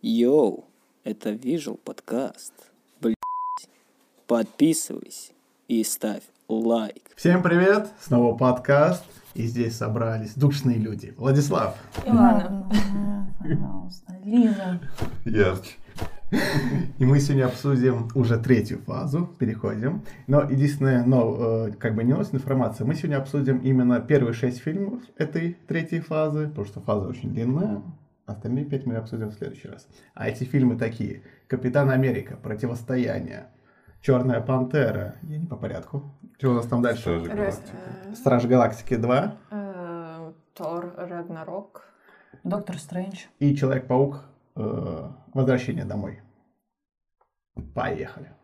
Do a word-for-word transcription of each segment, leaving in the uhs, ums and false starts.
Йоу, это Visual подкаст. Блять, подписывайся и ставь лайк. Всем привет, снова подкаст, и здесь собрались душные люди. Владислав. Илана. Пожалуйста. Лиза. Ярче. И мы сегодня обсудим уже третью фазу, переходим. Но единственная, но, как бы не новость, информация. Мы сегодня обсудим именно первые шесть фильмов этой третьей фазы, потому что фаза очень длинная. Остальные пять мы обсудим в следующий раз. А эти фильмы такие: Капитан Америка, Противостояние, Черная Пантера. Я не по порядку. Что у нас там дальше? Стражи Галактики. Страж Галактики два. Тор, Рагнарок. Доктор Стрэндж. И Человек-паук. Э, Возвращение домой. Поехали.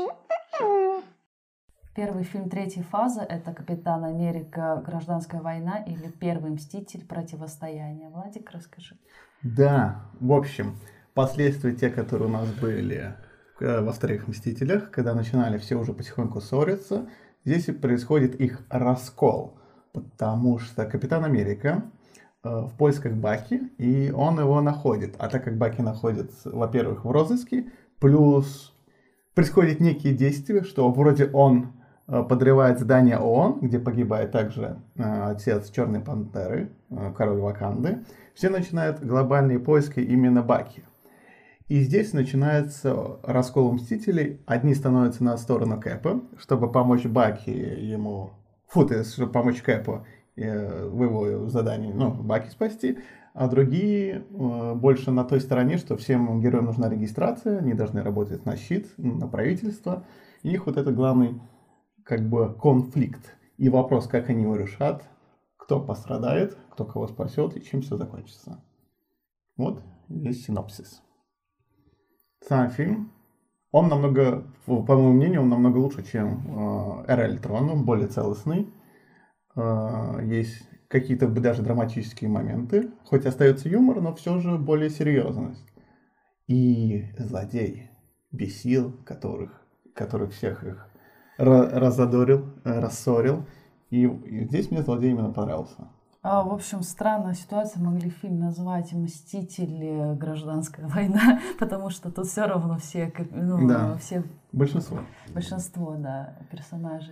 Первый фильм третьей фазы — это «Капитан Америка. Гражданская война» или «Первый мститель. Противостояние». Владик, расскажи. Да, в общем, последствия те, которые у нас были э, во вторых «Мстителях», когда начинали все уже потихоньку ссориться, здесь происходит их раскол, потому что Капитан Америка э, в поисках Баки, и он его находит. А так как Баки находится, во-первых, в розыске, плюс происходят некие действия, что вроде он э, подрывает здание ООН, где погибает также э, отец Черной Пантеры, э, король Ваканды. Все начинают глобальные поиски именно Баки. И здесь начинается раскол Мстителей. Одни становятся на сторону Кэпа, чтобы помочь Баки ему... Фу, то есть, чтобы помочь Кэпу э, в его задании, ну, Баки спасти. А другие э, больше на той стороне, что всем героям нужна регистрация, они должны работать на щит, на правительство. И их вот это главный, как бы, конфликт. И вопрос, как они его решат, кто пострадает, кто кого спасет и чем все закончится. Вот весь синопсис. Сам фильм, он намного, по моему мнению, он намного лучше, чем э, «Эра Альтрона», он более целостный. Э, есть какие-то даже драматические моменты, хоть остается юмор, но все же более серьезность. И злодей бесил, которых, которых всех их разодорил, рассорил. И, и здесь мне злодей именно понравился. А, в общем, странная ситуация. Могли фильм назвать «Мстители. Гражданская война», потому что тут все равно все, ну, да. все... Большинство. Большинство, да, персонажей.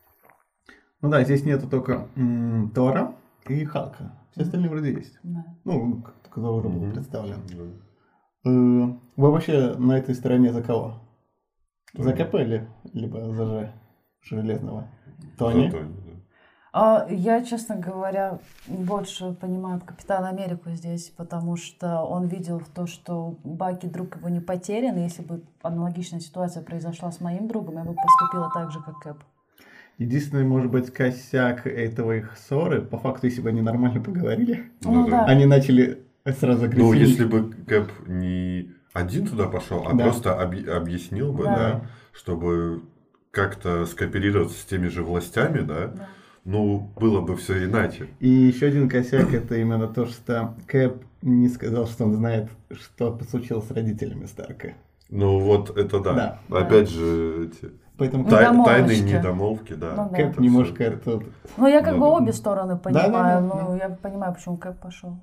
Ну да, здесь нету только м- Тора и Халка. Все остальные вроде есть. Да. Ну, кто уже был Mm-hmm. представлен. Mm-hmm. Э, Вы вообще на этой стороне за кого? Тони. За КП или либо за Ж? Железного? Тони? За Тони, да. А я, честно говоря, больше понимаю Капитана Америку здесь, потому что он видел в то, что Баки, друг его, не потерян. И если бы аналогичная ситуация произошла с моим другом, я бы поступила так же, как Кэп. Единственный, может быть, косяк этого их ссоры, по факту, если бы они нормально поговорили, Ну, Ну да. они начали сразу агрессивнее. Ну, если бы Кэп не один туда пошел, а Да. просто объ- объяснил бы, Да. да, чтобы как-то скооперироваться с теми же властями, да, Да. ну, было бы все иначе. И еще один косяк, это именно то, что Кэп не сказал, что он знает, что случилось с родителями Старка. Ну, вот это да. Да. Опять же, эти Поэтому Ну, тай- Недомолвочки. тайные недомолвки, да. Ну, да. Кэп Это немножко всё. тут... Ну, я как Ну, бы да. обе стороны понимаю, Да-да-да, но да. я понимаю, почему Кэп пошел.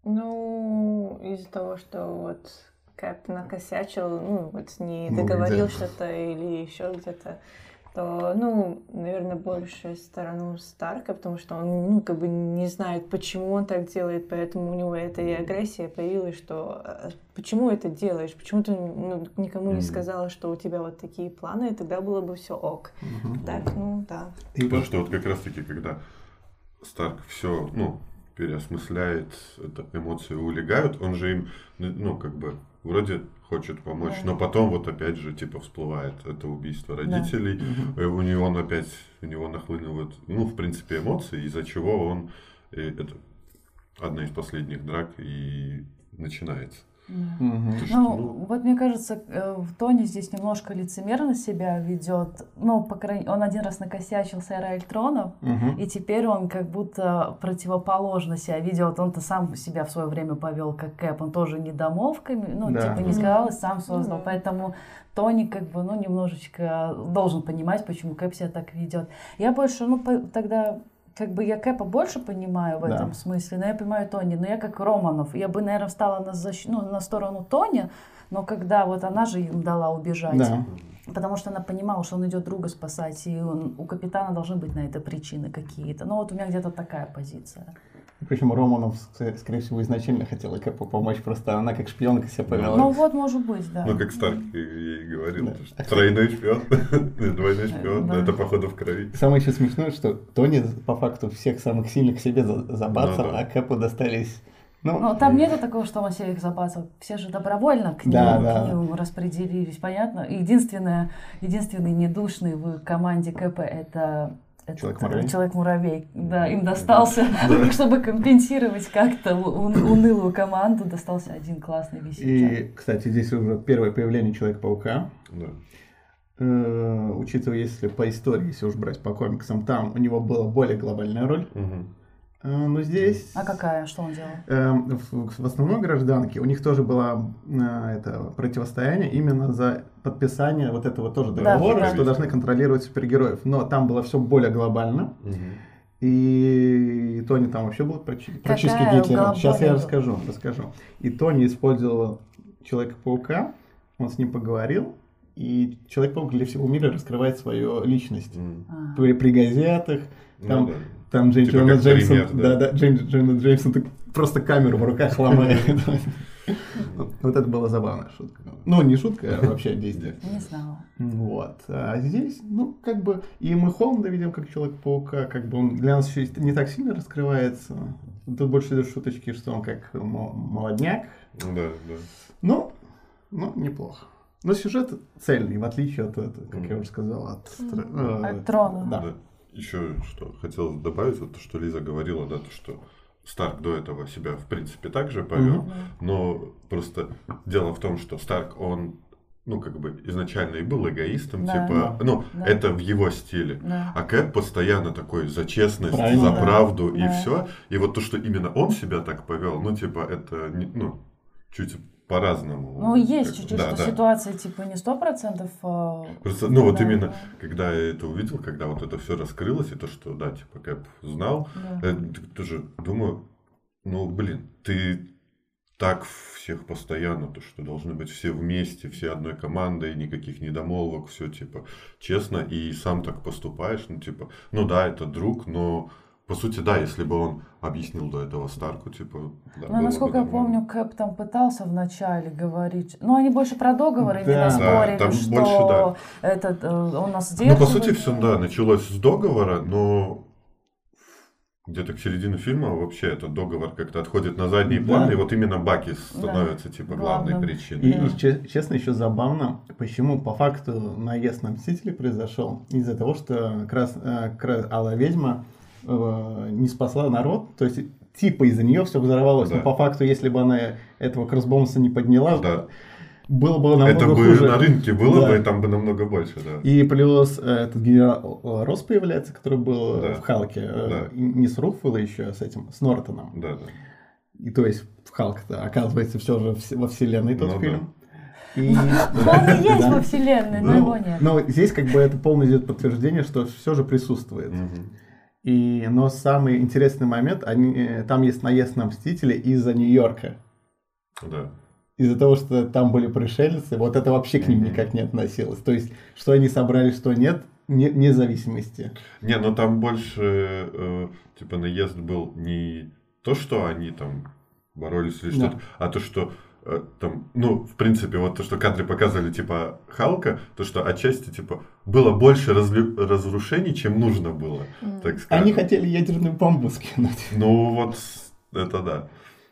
Ну, из-за того, что вот Кэп накосячил, ну, вот не Ну, договорил где? что-то или еще где-то, то, ну, наверное, больше сторону Старка, потому что он, ну, как бы не знает, почему он так делает, поэтому у него эта и агрессия появилась, что э, почему это делаешь, почему ты, ну, никому не Мгм. сказала, что у тебя вот такие планы, и тогда было бы все ок. Мгм. Так, ну, да. И Потому вот- что вот как раз-таки, когда Старк все, ну, переосмысляет, это, эмоции улегают, он же им, ну, как бы, вроде хочет помочь, Да. но потом вот опять же, типа, всплывает это убийство родителей, Мгм. и у него он опять, у него нахлынивают, ну, в принципе, эмоции, из-за чего он, и это одна из последних драк и начинается. Мгм. То, что, Ну, ну, вот мне кажется, э, в Тони здесь немножко лицемерно себя ведет. Ну, по крайней он один раз накосячил с Эрой Альтрона, Мгм. и теперь он как будто противоположно себя ведет. Он-то сам себя в свое время повел как Кэп, он тоже недомолвками, ну, Да. типа не сказал и сам создал. Мгм. Поэтому Тони как бы, ну, немножечко должен понимать, почему Кэп себя так ведет. Я больше, ну, по- тогда как бы я Кэпа больше понимаю в Да. этом смысле, но я понимаю Тони. Но я как Романов, я бы, наверное, встала на, защ... ну, на сторону Тони, но когда вот она же им дала убежать. Да. Потому что она понимала, что он идет друга спасать, и он, у капитана должны быть на это причины какие-то. Ну вот у меня где-то такая позиция. Причем Романов, ск- скорее всего, изначально хотела Кэпу помочь, просто она как шпионка себя повела. Ну вот, может быть, да. Ну, как Старк и- ей говорил, Да. что тройной шпион, двойной шпион, Да. это походу в крови. Самое еще смешное, что Тони по факту всех самых сильных себе за- забацал, Ну да. а Кэпу достались... Ну, Ну, там нету такого, что он себе их забацал. Все же добровольно к ним, Да, к да. ним распределились, понятно? Единственное, единственный недушный в команде Кэпа это... этот, Человек-муравей. Человек-муравей. Да, им достался, чтобы компенсировать как-то у- унылую команду, достался один классный весельчак. и, кстати, здесь уже первое появление Человека-паука. Да. Э, учитывая, если по истории, если уж брать по комиксам, там у него была более глобальная роль. Мгм. Э, но здесь... А какая? Что он делал? Эм, в, в основной гражданке у них тоже было э, это противостояние именно за подписание вот этого тоже Да, договора, да. что должны контролировать супергероев. Но там было все более глобально. Мгм. И Тони там вообще был практи- практически Какая Гитлером. Сейчас я глобальная? расскажу, расскажу. И Тони использовал Человека-паука, он с ним поговорил, и Человек-паук для всего мира раскрывает свою личность. Мгм. А. При, при газетах, Ну там, да. там Джеймс Типа Джонас как Джеймсон, пример, да, да. да, Джеймс Джонас Джеймсон так просто камеру в руках ломает. Вот это была забавная шутка. Ну, не шутка, а вообще действие. Не знала. Вот. А здесь, ну, как бы, и мы Холмда видим как Человек-паука, как бы он для нас еще не так сильно раскрывается. Тут больше идут шуточки, что он как мо- молодняк. Да, да. Ну, ну, неплохо. Но сюжет цельный, в отличие от, от, как я Мгм. уже сказал, от... стра- э, От Трона. Да. Да. Еще что хотелось добавить, вот то, что Лиза говорила, да, то, что Старк до этого себя, в принципе, так же повел, Мгм. но просто дело в том, что Старк, он, ну, как бы изначально и был эгоистом, Да. типа, ну, Да. это в его стиле. Да. А Кэп постоянно такой за честность, Правильно. за Да. правду и Да. все. И вот то, что именно он себя так повел, ну, типа, это, не- ну, чуть по-разному. Ну, есть Как- чуть-чуть, да, что да. ситуация типа не сто процентов. а, Просто, ну, вот да, именно, да, когда я это увидел, когда вот это все раскрылось, и то, что, да, типа, Кэп знал, да. я тоже думаю, ну, блин, ты так всех постоянно, то, что должны быть все вместе, все одной командой, никаких недомолвок, все, типа, честно, и сам так поступаешь, ну, типа, ну, да, это друг, но, по сути, да, если бы он объяснил до этого Старку, типа, да, было Ну, бы насколько я нормально. помню, Кэп там пытался вначале говорить. Ну, они больше про договор Да. именно Да, спорили, там что больше, этот э, он нас Ну, сдерживает. по сути, все, да, началось с договора, но где-то к середине фильма вообще этот договор как-то отходит на задний Да. план, и вот именно Баки становится, типа, главной Главным. причиной. И, Да. и че- честно, еще забавно, почему по факту наезд на Мстителей произошел из-за того, что крас, э, кра- Алая Ведьма э, не спасла народ, то есть типа из-за нее все взорвалось, Да. но по факту, если бы она этого кроссбонуса не подняла, Да. было бы намного Это бы хуже. на рынке было Да. бы, и там бы намного больше, да. И плюс э, этот генерал э, Росс появляется, который был э, Да. в Халке, э, Да. и не с Руффало еще, а с этим, с Нортоном. Да, да. И то есть в Халк-то оказывается все же вс- во вселенной тот Ну фильм. И, Он и есть да. во вселенной, но Ну, его нет. но здесь как бы это полное идет подтверждение, что все же присутствует. Мгм. И, но самый интересный момент, они, э, там есть наезд на Мстителей из-за Нью-Йорка. Да. Из-за того, что там были пришельцы, вот это вообще к ним Мгм. никак не относилось. То есть, что они собрали, что нет, не, вне зависимости. Не, ну там больше, э, типа, наезд был не то, что они там боролись или Да. что-то, а то, что э, там, ну, в принципе, вот то, что кадры показывали, типа, Халка, то, что отчасти, типа, было больше разлю- разрушений, чем нужно было, М. так скажем. Они хотели ядерную бомбу скинуть. Ну, вот это да.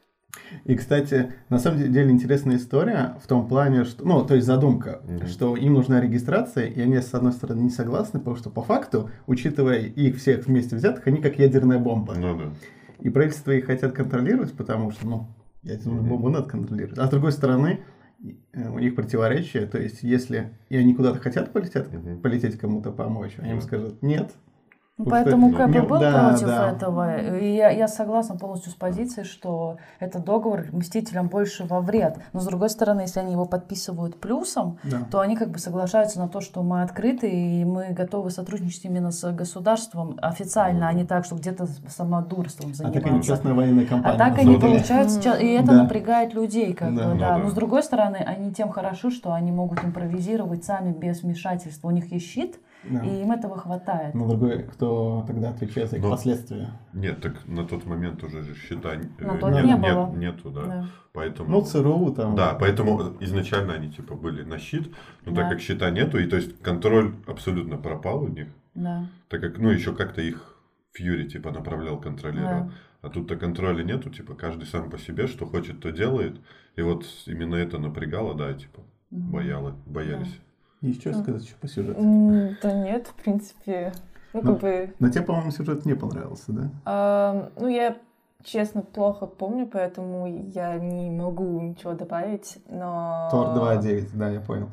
И, кстати, на самом деле интересная история в том плане, что, ну, то есть задумка, Мгм. что им нужна регистрация, и они, с одной стороны, не согласны, потому что по факту, учитывая их всех вместе взятых, они как ядерная бомба. Ну да. И правительство их хотят контролировать, потому что, ну, ядерную Мгм. бомбу надо контролировать. А с другой стороны, э, у них противоречие, то есть если и они куда-то хотят полететь, Мгм. полететь кому-то помочь, они им Да. скажут нет. Вот Поэтому это- Кэп и не- был да, против да. этого. И я, я согласна полностью с позицией, что этот договор Мстителям больше во вред. Но с другой стороны, если они его подписывают плюсом, Да. то они как бы соглашаются на то, что мы открыты и мы готовы сотрудничать именно с государством официально, а не так, что где-то самодурством А так они заниматься. частная военная А компания. так на они самом деле. получаются, ча- и это Да. напрягает людей, как Да. бы, Ну да. да. Но с другой стороны, они тем хороши, что они могут импровизировать сами без вмешательства. У них есть щит, Да. и им этого хватает. Но другой, кто тогда отвечает за их Но- последствия? Нет, так на тот момент уже же счета э, На тот нет- не нет- было. нету, да. Да. Поэтому... Ну, ЦРУ там. Да, поэтому изначально они типа были на щит, но Да. так как щита нету, и то есть контроль абсолютно пропал у них, Да. так как, ну, еще как-то их Фьюри типа направлял, контролировал. Да. А тут-то контроля нету, типа каждый сам по себе, что хочет, то делает. И вот именно это напрягало, да, типа бояло, боялись. Есть что сказать еще по сюжету? М, Да нет, в принципе, ну Ну, как бы, Но тебе, по-моему, сюжет не понравился, да? ам, ну я честно плохо помню, поэтому я не могу ничего добавить, но... Тор два девять, да, я понял.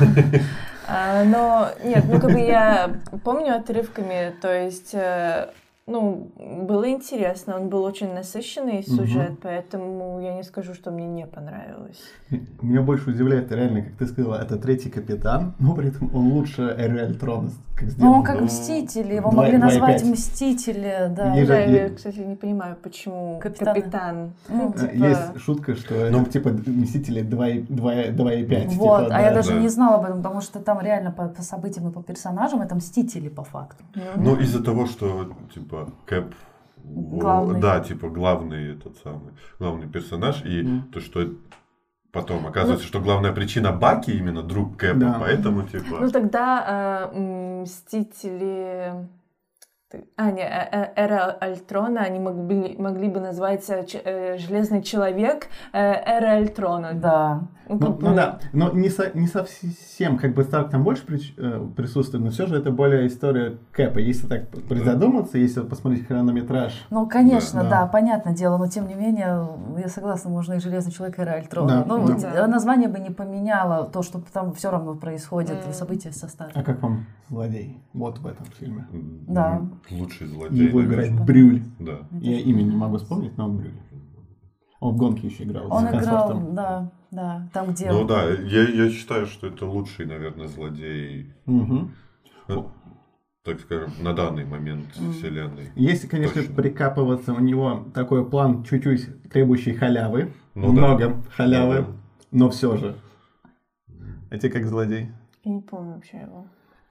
А, но нет, ну как бы я помню отрывками, то есть, э, ну, было интересно, он был очень насыщенный сюжет, Мгм. поэтому я не скажу, что мне не понравилось. Меня больше удивляет реально, как ты сказала, это третий капитан, но при этом он лучше Эриэль Тронес, как Ну, сделан. он как Ну, Мстители, его два- могли два и назвать пять. Мстители, да. Есть же- Я, я, е- кстати, не понимаю, почему Капитаны. капитан. Ну, Э, типа- Есть шутка, что это Ну. типа Мстители два и пять. Вот, типа, а я да. даже Да. не знала об этом, потому что там реально по, по событиям и по персонажам это Мстители по факту. Ну, из-за того, что, типа, Кэп, в- Главный. да, типа, главный этот самый, главный персонаж, и Мгм. то, что потом оказывается, что главная причина Баки именно друг Кэпа, Да. поэтому, типа... Ну тогда э, м, Мстители... ты- А, не, э, э, Эра Альтрона, они могли, могли бы назвать э, ч- э, Железный Человек э, Эра Альтрона. Да. Ну, Ну, как ну бы- да, но не, со- не совсем, как бы Старк там больше прич- э, присутствует, но все же это более история Кэпа. Если так призадуматься, если посмотреть хронометраж. Ну, конечно, Да. да, понятное дело, но тем не менее, я согласна, можно и Железный Человек, и Альтрона. Да, Ну, да. вот, Да. название бы не поменяло то, что там все равно происходит, М. события со А Старком. как вам злодей? Вот в этом фильме. м, Да. Лучший злодей, Его наверное. играет Брюль. Да. Я имя не могу вспомнить, но он Брюль. Он в гонке еще играл. Он с играл, Хемсвортом. да, да, там, где... Ну да, я, я считаю, что это лучший, наверное, злодей, Мгм. ну, так скажем, на данный момент Мгм. вселенной. Если, конечно, Точно. прикапываться, у него такой план чуть-чуть требующий халявы. Ну да. Много халявы, Да. но все же. А тебе как злодей? Я не помню вообще его.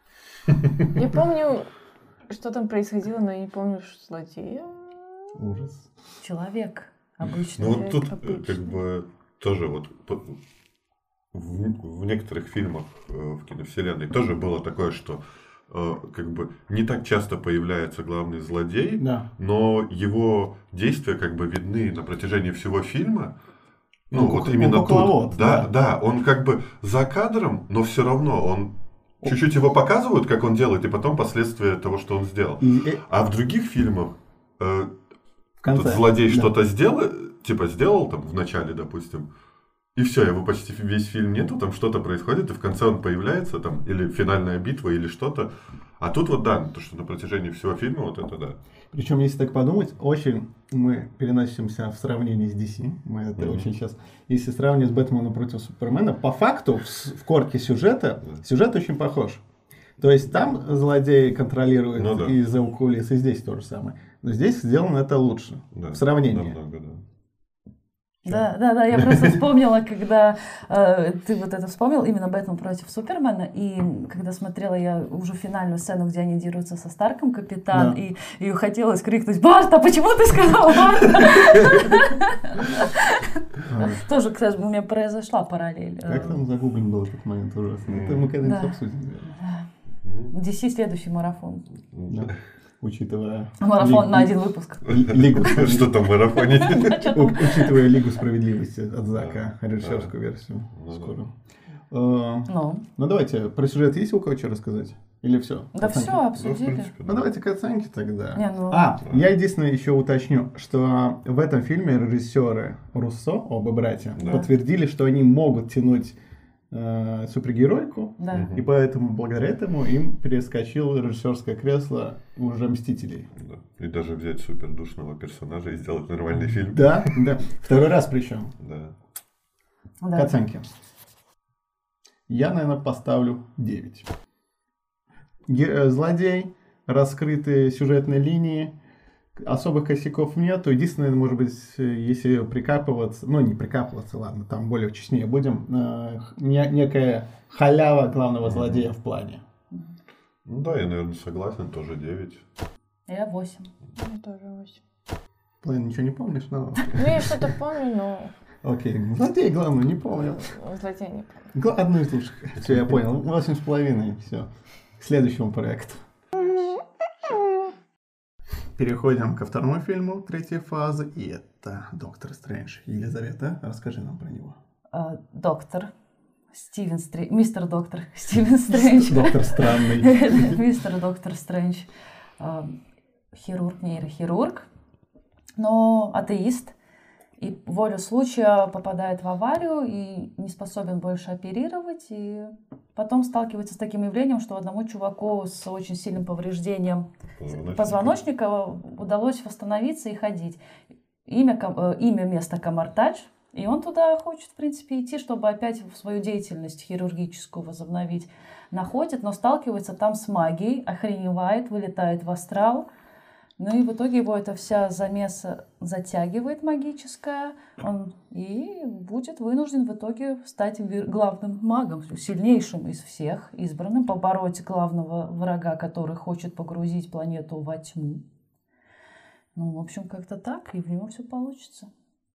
Я помню, что там происходило, но я не помню, что злодея. Ужас. Человек обычный. Ну вот тут э, обычно. как бы тоже вот по- в, в некоторых фильмах э, в киновселенной тоже было такое, что э, как бы не так часто появляется главный злодей, Да. но его действия как бы видны на протяжении всего фильма. Ну, Он вот кук- именно он кукловод, тут. Да, да. да, он как бы за кадром, но все равно он чуть-чуть его показывают, как он делает, и потом последствия того, что он сделал. И, э, А в других фильмах э, в конце. Тут злодей Да. что-то сделал, типа сделал там в начале, допустим, и все, его почти весь фильм нету, там что-то происходит, и в конце он появляется, там, или финальная битва, или что-то. А тут вот да, то, что на протяжении всего фильма, вот это да. Причем, если так подумать, очень мы переносимся в сравнении с ди си. Мы это Мгм. очень сейчас. Если сравнивать с Бэтменом против Супермена, по факту в, с- в корке сюжета Да. сюжет очень похож. То есть там злодей контролирует Ну да. из-за кулис, и здесь то же самое. Но здесь сделано это лучше. Да, В сравнении. намного, да. Да, да, да, я просто вспомнила, когда э, ты вот это вспомнил, именно Бэтмен против Супермена, и когда смотрела я уже финальную сцену, где они дерутся со Старком, капитан, Да. и, и хотелось крикнуть: «Барта, почему ты сказал Барта?» Тоже, кстати, у меня произошла параллель. Как там загуглен был этот момент ужасно? Это мы когда-нибудь Да. обсудим. наверное. Ну, ди си следующий марафон. Да. Учитывая... Марафон Лиг- на один выпуск. Ли- Лигу Что там в марафоне? У- Учитывая Лигу справедливости от Зака, режиссерскую версию. Ну да. Скоро. Э, Ну, Ну давайте, про сюжет есть у кого что рассказать? Или все? да все, Ну, в обсудили. принципе, Ну да. давайте к оценке тогда. Не, ну- А, я единственное еще уточню, что в этом фильме режиссеры Руссо, оба братья, Да. подтвердили, что они могут тянуть э, супергеройку, Да. и поэтому благодаря этому им перескочил режиссерское кресло уже «Мстителей». Да. И даже взять супердушного персонажа и сделать нормальный фильм. Да, да. Второй раз причем. Да. Да. К оценке. Я, наверное, поставлю девять. Ге- э, Злодей, раскрытые сюжетные линии, особых косяков нету. Единственное, может быть, э, если прикапываться, ну не прикапываться, ладно, там более честнее будем, э, х- не- некая халява главного злодея в плане. Ну да, я, наверное, согласен, тоже девять. Я восемь. Я тоже восемь. Блин, ничего не помнишь? Ну, Ну, я что-то помню, но окей, злодей главный, не помню. злодея не помню. Гла- Одно из лучших. Все, я понял. Восемь с половиной. Все. К следующему проекту. Переходим ко второму фильму третьей фазы. И это «Доктор Стрэндж». Елизавета, расскажи нам про него. А, доктор Стивен Стрэндж. Мистер Доктор Стивен Стрэндж. Доктор Странный. Мистер Доктор Стрэндж. А, Хирург, нейрохирург, но атеист. И волю случая попадает в аварию и не способен больше оперировать. И потом сталкивается с таким явлением, что одному чуваку с очень сильным повреждением Позвоночника. позвоночника удалось восстановиться и ходить. Имя, Кам- э, имя места Камар-Тадж. И он туда хочет, в принципе, идти, чтобы опять свою деятельность хирургическую возобновить. Находит, но сталкивается там с магией, охреневает, вылетает в астрал. Ну и в итоге его эта вся замеса затягивает магическая, он и будет вынужден в итоге стать вер- главным магом, сильнейшим из всех, избранным, побороть главного врага, который хочет погрузить планету во тьму. Ну, в общем, как-то так, и в него все получится.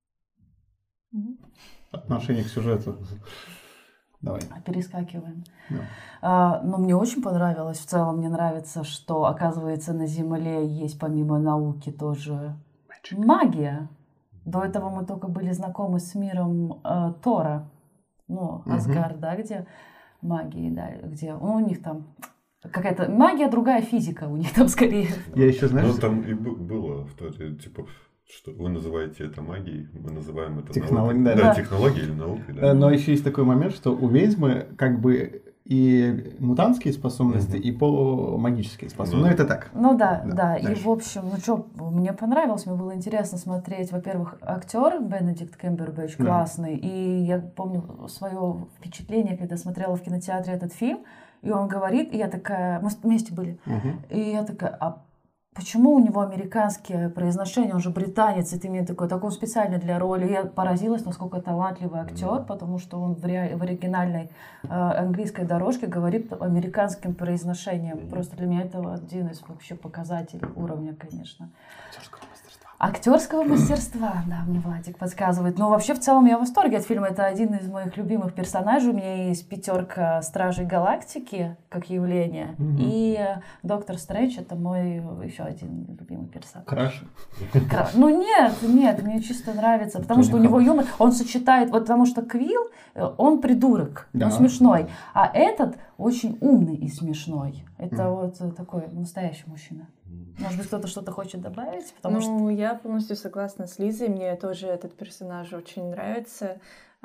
Отношение к сюжету. Давай. Перескакиваем. Да. А, но мне очень понравилось, в целом мне нравится, что, оказывается, на Земле есть помимо науки тоже магия. До этого мы только были знакомы с миром э, Тора, ну, Мгм. Асгард, да, где магии, да, где ну, у них там какая-то магия, другая физика у них там скорее. Я еще, знаешь, Ну, там и б- было, в тот- типа, что вы называете это магией, мы называем это Технологией, наукой. да. Да, Да. технологией или наукой, э, да. но еще есть такой момент, что у ведьмы как бы и мутантские способности, Мгм. и полумагические способности. Ну. Ну, это так. Ну да, Да, да. И дальше. в общем, ну что, мне понравилось, мне было интересно смотреть. Во-первых, актер Бенедикт Камбербэтч Да. классный. И я помню свое впечатление, когда смотрела в кинотеатре этот фильм, и он говорит, и я такая, мы вместе были, Мгм. и я такая, а почему у него американское произношение, он же британец, и ты мне такой, так он специально для роли. Я поразилась, насколько талантливый актер, потому что он в, ре- в оригинальной э, английской дорожке говорит американским произношением. Просто для меня это один из вообще показателей уровня, конечно. Актерского мастерства. Актерского мастерства, да, мне Владик подсказывает. Но вообще в целом я в восторге от фильма. Это один из моих любимых персонажей. У меня есть пятерка Стражей Галактики как явление. Мгм. И э, Доктор Стрэндж это мой еще один любимый персонаж. Краш. Кра- Ну нет, нет, мне чисто нравится, потому что у него юмор, он сочетает, вот потому что Квилл, э, он придурок, Да. он смешной, а этот очень умный и смешной. Это Мгм. вот э, такой настоящий мужчина. Может быть, кто-то что-то хочет добавить, потому что Ну, я полностью согласна с Лизой. Мне тоже этот персонаж очень нравится.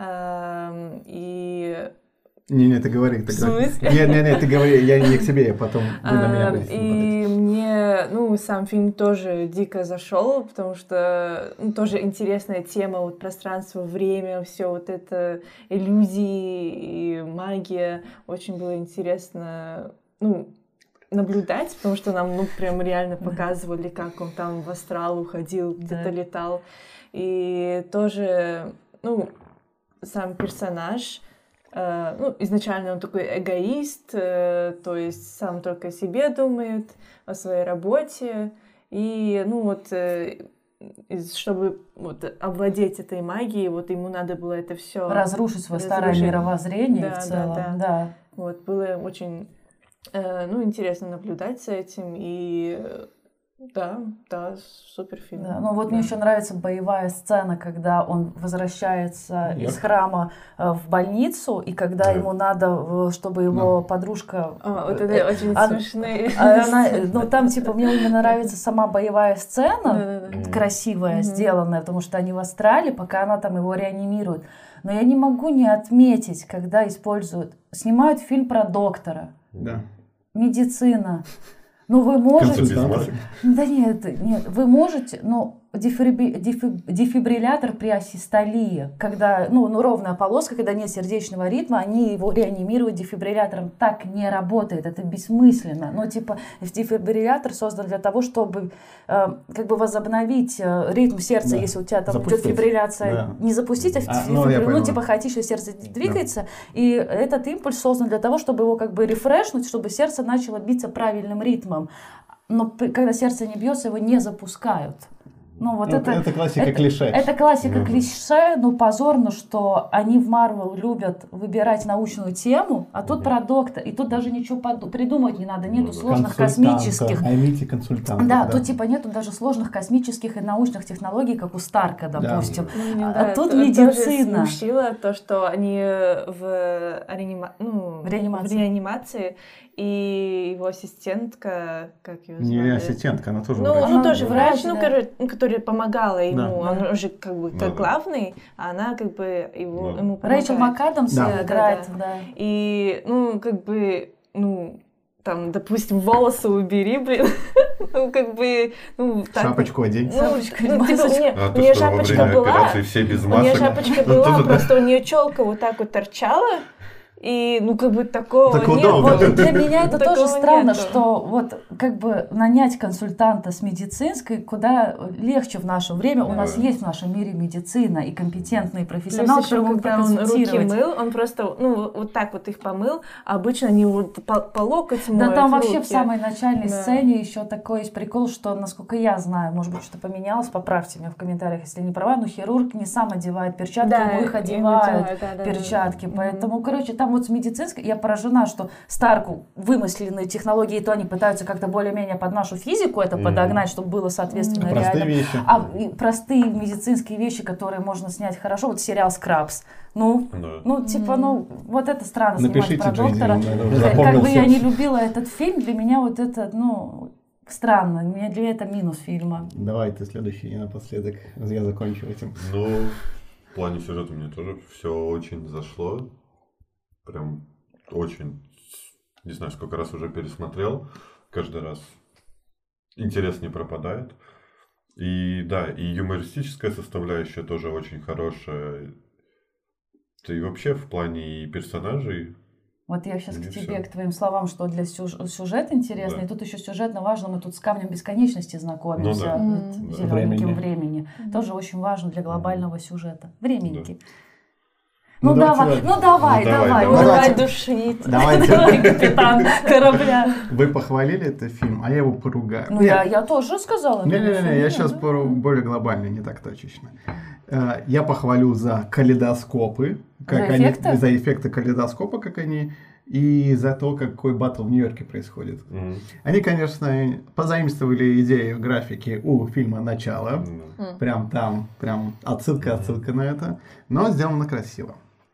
Ам, И Не-не, ты говори, ты В говори. смысле? Не-не-не, ты говори, я не к себе, я потом вы на меня А, будете И мне, ну, сам фильм тоже дико зашел, потому что ну, тоже интересная тема, вот пространство, время, все вот это, иллюзии и магия. Очень было интересно, ну, наблюдать, потому что нам, ну, прям реально показывали, как он там в астрал уходил, где-то Да. летал. И тоже, ну, сам персонаж, э, ну, изначально он такой эгоист, э, то есть сам только о себе думает, о своей работе. И, ну, вот, э, из- чтобы вот, овладеть этой магией, вот ему надо было это все разрушить свое старое разрушить. мировоззрение Да, в да, целом. да. Да. Вот, было очень, э, ну, интересно наблюдать за этим, и, э, Да, да, супер фильм. Да, ну вот да. мне еще нравится боевая сцена, когда он возвращается Yep. из храма э, в больницу, и когда Да. ему надо, чтобы его подружка... А, вот это э, очень а- смешные. а она, ну там типа мне именно нравится сама боевая сцена, Да-да-да. красивая, Мгм. сделанная, потому что они в Австралии, пока она там его реанимирует. Но я не могу не отметить, когда используют, снимают фильм про доктора, Да. медицина. Ну вы можете... Без масок. Да нет, нет, вы можете, ну, дефибри- дефи- дефибриллятор при асистолии, когда, ну, ну, ровная полоска, когда нет сердечного ритма, они его реанимируют дефибриллятором. Так не работает, это бессмысленно. Ну, типа, дефибриллятор создан для того, чтобы э, как бы возобновить э, ритм сердца, Да. если у тебя там Запустить. идет фибрилляция. Да. Не запустить, а, А, ну, я фибри- ну, понял. типа, хаотично сердце двигается, и этот импульс создан для того, чтобы его как бы рефрешнуть, чтобы сердце начало биться правильным ритмом. Но при- когда сердце не бьется, его не запускают. Ну, вот Ну, это, это классика это- клише. Это классика Мгм. клише, но позорно, что они в Марвел любят выбирать научную тему, а тут Мгм. про доктора. И тут даже ничего поду- придумать не надо, нету Ну да. сложных Консультанта, космических. Наймите консультанта. Да, тут типа нету даже сложных космических и научных технологий, как у Старка, допустим. Ну, мне, А да, тут это медицина. тоже смущило то, что они в, реанима... ну, В реанимации. в реанимации, и его ассистентка, как ее звали? Не ассистентка, она тоже Ну, врач. ну Она тоже врач, врач, ну, да. короче, ну, которая помогала ему, Да. он уже как бы Ну как да. главный, а она как бы его, Да. ему Рэйчел помогает. МакАдамс Да. играет, Да, да. И, ну, как бы, ну, там, допустим, волосы убери, блин, ну, как бы, ну, так... Шапочку одень. Ну, Шапочку ну, и типа, у масочку. нее, А у то, нее что во шапочка время была, операции все без у масок. нее шапочка Ну, была, тут- просто у нее челка вот так вот торчала, и, ну, как бы такого Так нет. удобно. Вот для меня это Такого тоже странно, нету. что вот как бы нанять консультанта с медицинской куда легче в наше время. У нас Да. есть в нашем мире медицина и компетентные Плюс профессионалы, еще, которые могут когда он руки проконсультировать. мыл, он просто, ну, вот так вот их помыл, а обычно они вот по, по локоть Да моют там вообще в руки. самой начальной Да. сцене еще такой есть прикол, что, насколько я знаю, может быть, что-то поменялось, поправьте меня в комментариях, если не права, но хирург не сам одевает перчатки, Да, ему их им одевают. одевают, да, да, да. перчатки. Мгм. Поэтому, короче, там вот с медицинской я поражена, что Старку вымысленные технологии, то они пытаются как-то более-менее под нашу физику это Мгм. подогнать, чтобы было соответственно Простые реально. вещи. А и простые медицинские вещи, которые можно снять хорошо, вот сериал «Скрабс». Ну, Да. ну, типа, ну, вот это странно Напишите, снимать про Джейди, доктора. он, наверное, Как- Как запомнил бы я не всем. любила этот фильм, для меня вот это, ну, странно. Мне для меня это минус фильма. Давай ты следующий, и напоследок я закончу этим. Ну, в плане сюжета мне тоже все очень зашло. Прям очень. Не знаю, сколько раз уже пересмотрел. Каждый раз интерес не пропадает. И да, и юмористическая составляющая тоже очень хорошая. Да и вообще в плане и персонажей. Вот я сейчас Мне к тебе, всё. к твоим словам, что для сюж- сюжет интересный, Да. и тут еще сюжетно важно, мы тут с камнем бесконечности знакомимся, Ну да. Мгм. вот, Да. зелененьким Времени. времени. Тоже очень важно для глобального сюжета. Временники. Ну, Ну, давай, давайте, ну давай, Ну, давай, давай. Ну, давай. давай Давайте. душнить. Давайте. Давай, капитан корабля. Вы похвалили этот фильм, а я его поругаю. Ну, я, я тоже сказала. Не-не-не, я Ну, сейчас да. пору более глобально, не так точечно. Э, Я похвалю за калейдоскопы, как За они, эффекты? за эффекты калейдоскопа, как они, и за то, какой батл в Нью-Йорке происходит. М, Они, конечно, позаимствовали идею графики у фильма «Начало». да. Прям там, прям отсылка, отсылка на это. Но сделано красиво.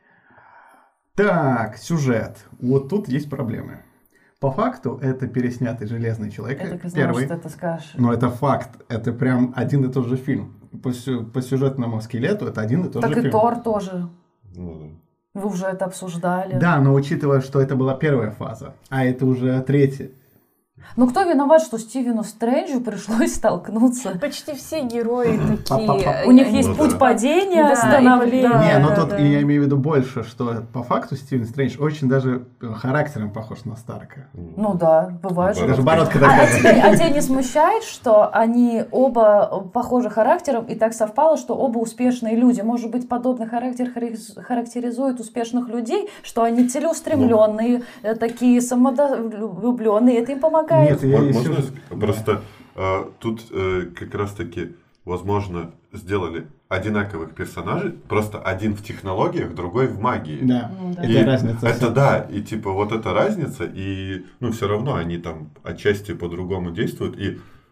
Так, сюжет. Вот тут есть проблемы. По факту это переснятый «Железный человек». Я так и знала, первый. что ты скажешь. Но это факт. Это прям один и тот же фильм. По, сю- по сюжетному скелету это один и тот Так же и фильм. Тор тоже. Ну да. Вы уже это обсуждали. Да, но учитывая, что это была первая фаза, а это уже третья. Ну кто виноват, что Стивену Стрэнджу пришлось столкнуться? Почти все герои Па-па-па. такие. У них они- есть Ну путь да. падения, Да, становления. да. Не, но да, тут да. я имею в виду больше, что по факту Стивен Стрэндж очень даже э, характером похож на Старка. Ну да, бывает же. Даже бородка А, такая. а тебя, а тебя не смущает, что они оба похожи характером, и так совпало, что оба успешные люди? Может быть, подобный характер хари- характеризует успешных людей, что они целеустремленные, э, такие самовлюбленные, это им помогает? Нет, я Мо- еще... Можно ск- просто э, тут э, как раз таки, возможно, сделали одинаковых персонажей, просто один в технологиях, другой в магии. Да, Ну да. это И разница. Это да, и типа вот эта разница, и ну все равно они там отчасти по-другому действуют, и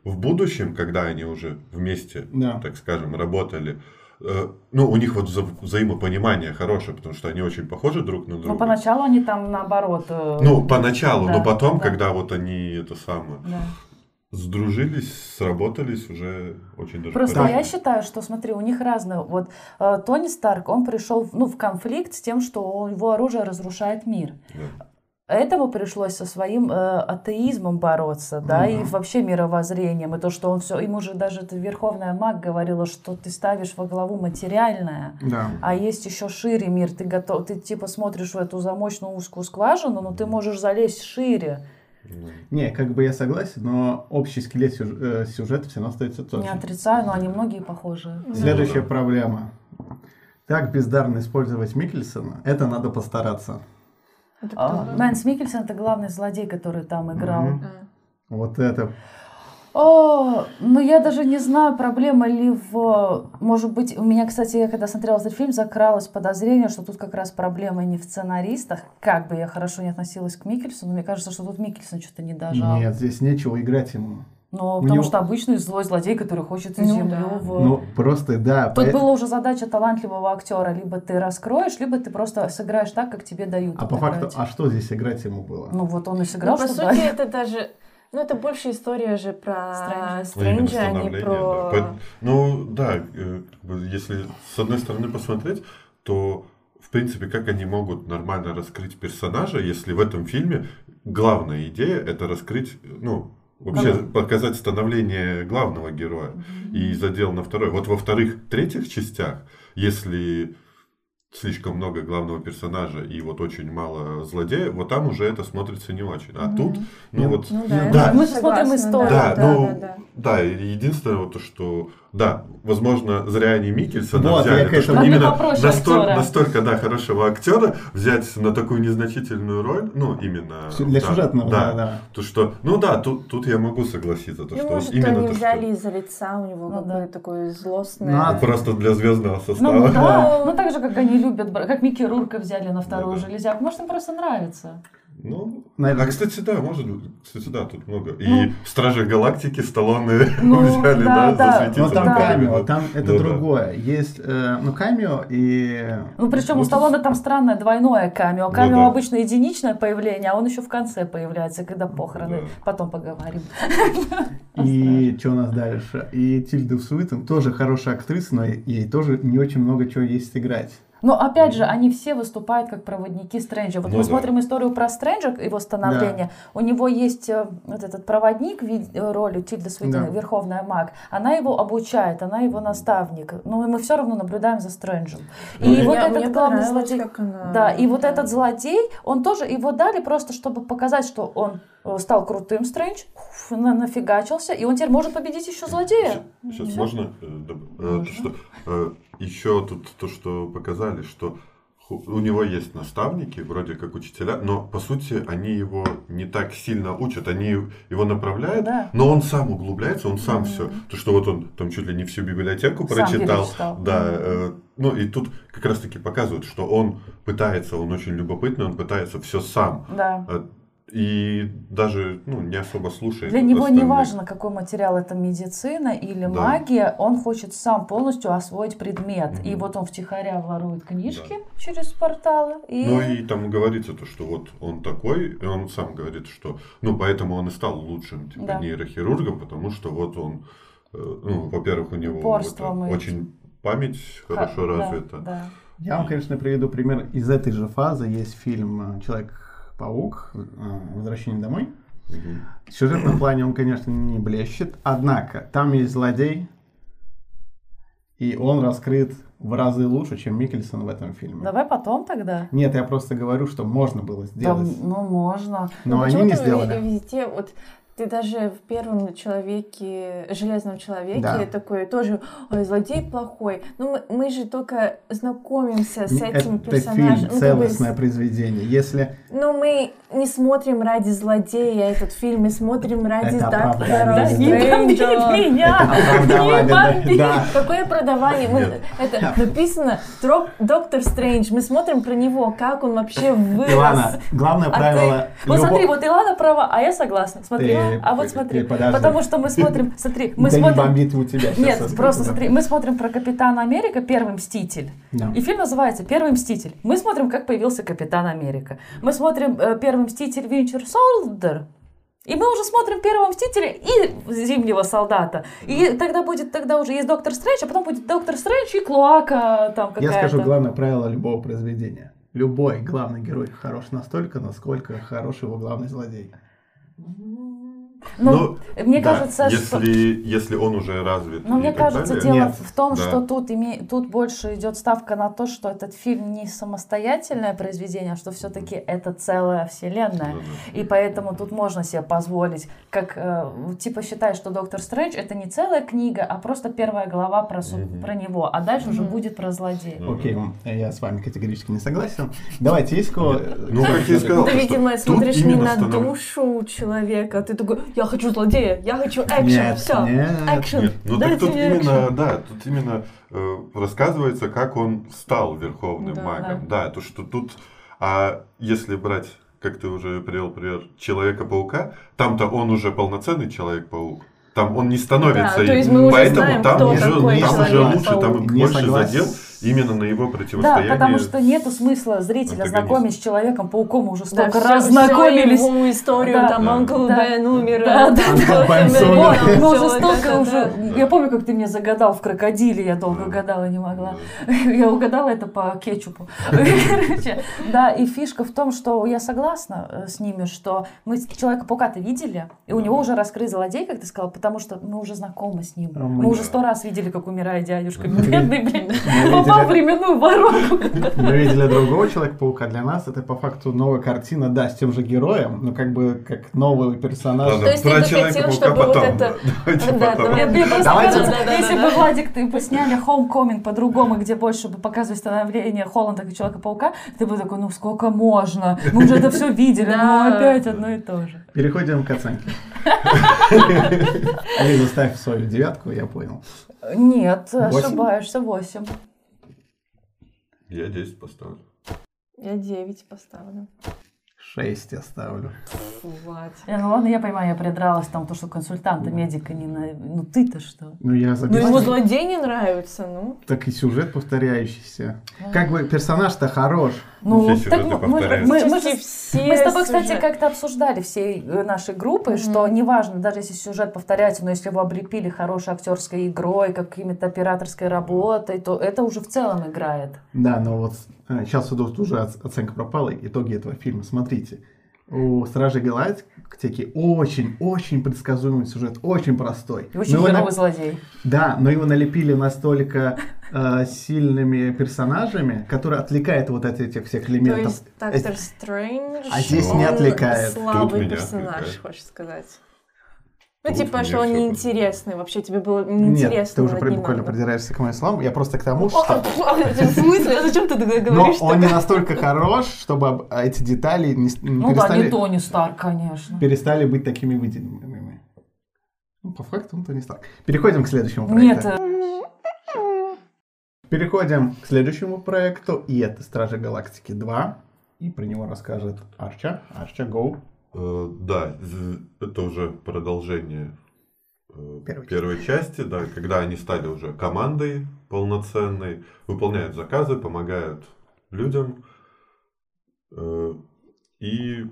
в будущем, когда они уже вместе, Да. так скажем, работали, э, ну, у них вот вза- взаимопонимание хорошее, потому что они очень похожи друг на друга. Но поначалу они там наоборот. э, Ну, поначалу, да, но потом, да. когда вот они это самое Да. сдружились, сработались, уже очень даже Просто хорошо. я считаю, что, смотри, у них разные. Вот э, Тони Старк, он пришел ну, в конфликт с тем, что он- его оружие разрушает мир. Да. Этому пришлось со своим э, атеизмом бороться, да, и Мгм. вообще мировоззрением, и то, что он все, ему же даже эта Верховная Маг говорила, что ты ставишь во главу материальное, Да. а есть еще шире мир, ты готов, ты типа смотришь в эту замочную узкую скважину, но ты можешь залезть шире. Ну, Не, как бы я согласен, но общий скелет сюж- э, сюжета все равно остается тот Не же. отрицаю, но они многие похожи. Следующая Ну да. проблема. Так бездарно использовать Миккельсона, это надо постараться. Это А, кто? Мэнс Миккельсон это главный злодей, который там играл. Мгм. А. Вот это. О, ну я даже не знаю, проблема ли в... Может быть, у меня, кстати, я когда смотрела этот фильм, закралось подозрение, что тут как раз проблема не в сценаристах. Как бы я хорошо не относилась к Миккельсону, мне кажется, что тут Миккельсон что-то не дожал. Нет, здесь нечего играть ему. Ну, у потому него- что обычный злой злодей, который хочет Ну землю да. в... Ну, просто да. Тут поэт- была уже задача талантливого актера. Либо ты раскроешь, либо ты просто сыграешь так, как тебе дают. А по факту, отыграть. а что здесь играть ему было? Ну вот он и сыграл, Ну, по что сути, да. это даже... Ну, это больше история же про Стрэнджа. Ну, именно Стрэнджа, а не становление, про... да. По- Ну, да, э, как бы, если с одной стороны посмотреть, то, в принципе, как они могут нормально раскрыть персонажа, если в этом фильме главная идея – это раскрыть, ну, вообще показать становление главного героя и задел на второй. Вот во вторых, третьих частях, если слишком много главного персонажа и вот очень мало злодея, вот там уже это смотрится не очень. А тут, ну Нет. вот... Ну да, Да. я Мы же согласна, смотрим историю. Да, да, ну, да, да. да, и единственное вот то, что, да, возможно, зря они Миккельсона Вот, я взяли, к то, что этому- Могли именно попроще настоль- актера. настолько, да, хорошего актера взять на такую незначительную роль, ну, именно... Сю- Для да, сюжетного, да, да. да. То, что, ну да, тут, тут я могу согласиться, то, Ну, что может, именно они то, взяли что... из-за лица, у него Ну, какое-то да. такое злостное... Ну, а Просто для звездного Ну, состава. да. Ну так же, как они любят, бра- как Микки Рурка взяли на вторую Да, да. железяку. Может, им просто нравится. Ну, Наверное. а, кстати, да, может быть, кстати, да, тут много. И Ну. в Страже Галактики Сталлоне Ну, взяли, да, да, да. засветиться. Но там Да. камео, там это Ну, да. другое. Есть, э, ну, камео и... Ну, причем у Ну, Сталлоне там странное двойное камео. Ну, Камео да. обычно единичное появление, а он еще в конце появляется, когда похороны. Да. Потом поговорим. И что у нас дальше? И Тильда Суитон тоже хорошая актриса, но ей тоже не очень много чего есть играть. Но опять же, они все выступают как проводники Стрэнджа. Вот Ну мы да. смотрим историю про Стрэнджа, его становление. У него есть э, вот этот проводник, ви- э, роль у Тильды Суитон, Да. Верховная Маг. Она его обучает, она его наставник. Но мы все равно наблюдаем за Стрэнджем. Ну, И и- вот Мне- этот мне главный понравилось, злодей... как она- Да, и вот да. этот злодей, он тоже, его дали просто, чтобы показать, что он э, стал крутым Стрэндж, уф, на- нафигачился, и он теперь может победить еще злодея. Сейчас Всё. можно, э, доб- э, Можно. то, что э, еще тут то, что показали, что ху- у него есть наставники, вроде как учителя, но по сути они его не так сильно учат, они его направляют, Да. но он сам углубляется, он сам все. То, что вот он там чуть ли не всю библиотеку Сам прочитал, перечитал. да, Мгм. э, ну и тут как раз таки показывают, что он пытается, он очень любопытный, он пытается все сам. Да. Э, И даже ну, не особо слушает. Для него не остальных. важно, какой материал, это медицина или Да. магия, он хочет сам полностью освоить предмет. Мгм. И вот он втихаря ворует книжки через порталы. И... Ну и там говорится то, что вот он такой, и он сам говорит, что, ну поэтому он и стал лучшим типа, Да. нейрохирургом, потому что вот он, э, ну, во-первых, у него Упорством это и- очень память Ха- хорошо да, развита. да. Я вам, конечно, приведу пример из этой же фазы. Есть фильм «Человек-паук. э, Возвращение домой». Мгм. В сюжетном плане он, конечно, не блещет. Однако, там есть злодей, и он раскрыт в разы лучше, чем Миккельсон в этом фильме. Давай потом тогда. Нет, я просто говорю, что можно было Да, сделать. ну, можно. Но Ну, они не почему-то сделали. Везде, вот ты даже в первом человеке, Железном человеке Да. такой тоже, ой, злодей плохой. Ну мы, мы же только знакомимся с этим Это персонажем. фильм, Ну, как бы, целостное произведение. Если ну мы не смотрим ради злодея этот фильм, мы смотрим ради Это доктора оправдание. Не бомби Стрэнджа. меня! оправдание, да, бомби. да. Какое продавание? Мы- Нет. это написано «Дро- Доктор Стрэндж. Мы смотрим про него, как он вообще вырос. Илана, главное А правило... ты- Вот любо- смотри, вот Илана права, а я согласна. Смотри, Ты- Или, А вот смотри, или подожди. потому что мы смотрим, смотри, мы Да не смотрим... бомбит у тебя. Нет, Сейчас просто это- смотри, мы смотрим про Капитана Америка, Первый Мститель. Да. И фильм называется Первый Мститель. Мы смотрим, как появился Капитан Америка. Мы смотрим э, Первый Мститель Winter Soldier. И мы уже смотрим Первого Мстителя и Зимнего Солдата. И тогда будет, тогда уже есть Доктор Стрэндж, а потом будет Доктор Стрэндж и Клоака там Я какая-то. скажу главное правило любого произведения. Любой главный герой хорош настолько, насколько хорош его главный злодей. Ну, мне да, кажется, если, что... если он уже развит. Но и мне так кажется, далее, дело Нет. в том, Да. что тут, име... тут больше идет ставка на то, что этот фильм не самостоятельное произведение, а что все-таки это целая вселенная. Ну, да. И поэтому тут можно себе позволить, как э, типа считать, что Доктор Стрэндж это не целая книга, а просто первая глава про, су- Мгм. про него, а дальше уже Мгм. будет про злодея. Ну, Окей, да. я с вами категорически не согласен. Давайте, есть кого... Ну, как я и сказал, Ты, что видимо, тут смотришь не именно на станов- душу человека, ты такой, я хочу злодея, я хочу экшен, Нет, все, нет. экшен, Нет, ну так дайте тут мне именно, экшен. да, тут именно э, рассказывается, как он стал верховным Да, магом. Да. то что тут, а если брать, как ты уже привел пример, Человека-паука, там-то он уже полноценный Человек-паук. Там он не становится Да, им. то есть мы уже Поэтому знаем, там кто уже, такой там уже Человек-паук. лучше, там Не больше согласен. задел именно на его Да, противостояние. потому что нету смысла зрителя антагонист. знакомить с Человеком-пауком, мы уже Да, столько всё- раз всё знакомились. его историю, Да. там, Да. Uncle Да. Ben умер, Да, да, там, да. всё Ben это, Solo. да, Мы всё уже вот столько это, уже... да. Я помню, как ты мне загадал в крокодиле, я долго Да. гадала, не могла. Я угадала это по кетчупу. Короче, да, и фишка в том, что я согласна э, с ними, что мы Человека-паука-то видели, и у него уже раскрыт злодей, как ты сказал, потому что мы уже знакомы с ним. А Мы мы- уже сто раз видели, как умирает дядюшка. Мы Бедный, блин, Мы попал в видели- временную воронку. Мы видели другого Человека-паука. Для нас это по факту новая картина, да, с тем же героем, но как бы как новый персонаж. Ладно, То есть ты про бы хотел, Человека-паука чтобы вот потом. это- Давайте Да, потом. давай. Мне просто Давайте- кажется, Да, да, да, если да, бы, да. Владик, ты бы сняли Homecoming по-другому, где больше бы показывали становление Холланда как Человека-паука, ты бы такой, ну сколько можно? Мы уже это все видели, но Да. опять одно и то же. Переходим к оценке. Лиза, ставь свою девятку, я понял. Нет, Восемь? ошибаешься, восемь. Я десять поставлю. Я девять поставлю. Шесть я ставлю. Фу, Влад. Э, Ну ладно, я понимаю, я придралась там, то, что консультанта, медика не на... Ну ты-то что? Ну, я за Ну ему десять. злодей не нравится, ну. Так и сюжет повторяющийся. Как бы персонаж-то хорош. Ну, Все так сюжеты мы, мы, повторяются. мы, мы Почти же все Мы с тобой, кстати, сюжеты. как-то обсуждали всей э, нашей группой, Мгм. что неважно, даже если сюжет повторяется, но если его облепили хорошей актерской игрой, какими-то операторской работой, то это уже в целом играет. Да, но вот э, сейчас тут уже оц- оценка пропала, итоги этого фильма. Смотрите, у Стражей Галактики очень-очень предсказуемый сюжет, очень простой. И очень Но его на- херовый злодей. Да, но его налепили настолько э, сильными персонажами, которые отвлекают вот от этих всех То элементов. есть Доктор Стрэндж, А здесь он не отвлекает. Тут слабый меня персонаж, отвлекает. хочешь сказать. Ну, Тут типа, мне что он всё неинтересный. Вообще тебе было Нет, неинтересно. ты уже над при- ним буквально надо. придираешься к моим словам. Я просто к тому, О, что... В смысле? А зачем ты тогда Но говоришь? он не настолько хорош, чтобы об- эти детали не, с- не Ну да, перестали, не Тони Старк, конечно. перестали быть такими выделенными. Ну, по факту, он Тони Старк. Переходим к следующему Нет, проекту. э, Переходим к следующему проекту, и это Стражи Галактики два. И про него расскажет Арча. Арча, go. Э, Да, з- это уже продолжение э, Первой первой части, да, когда они стали уже командой полноценной, выполняют заказы, помогают людям. Э, И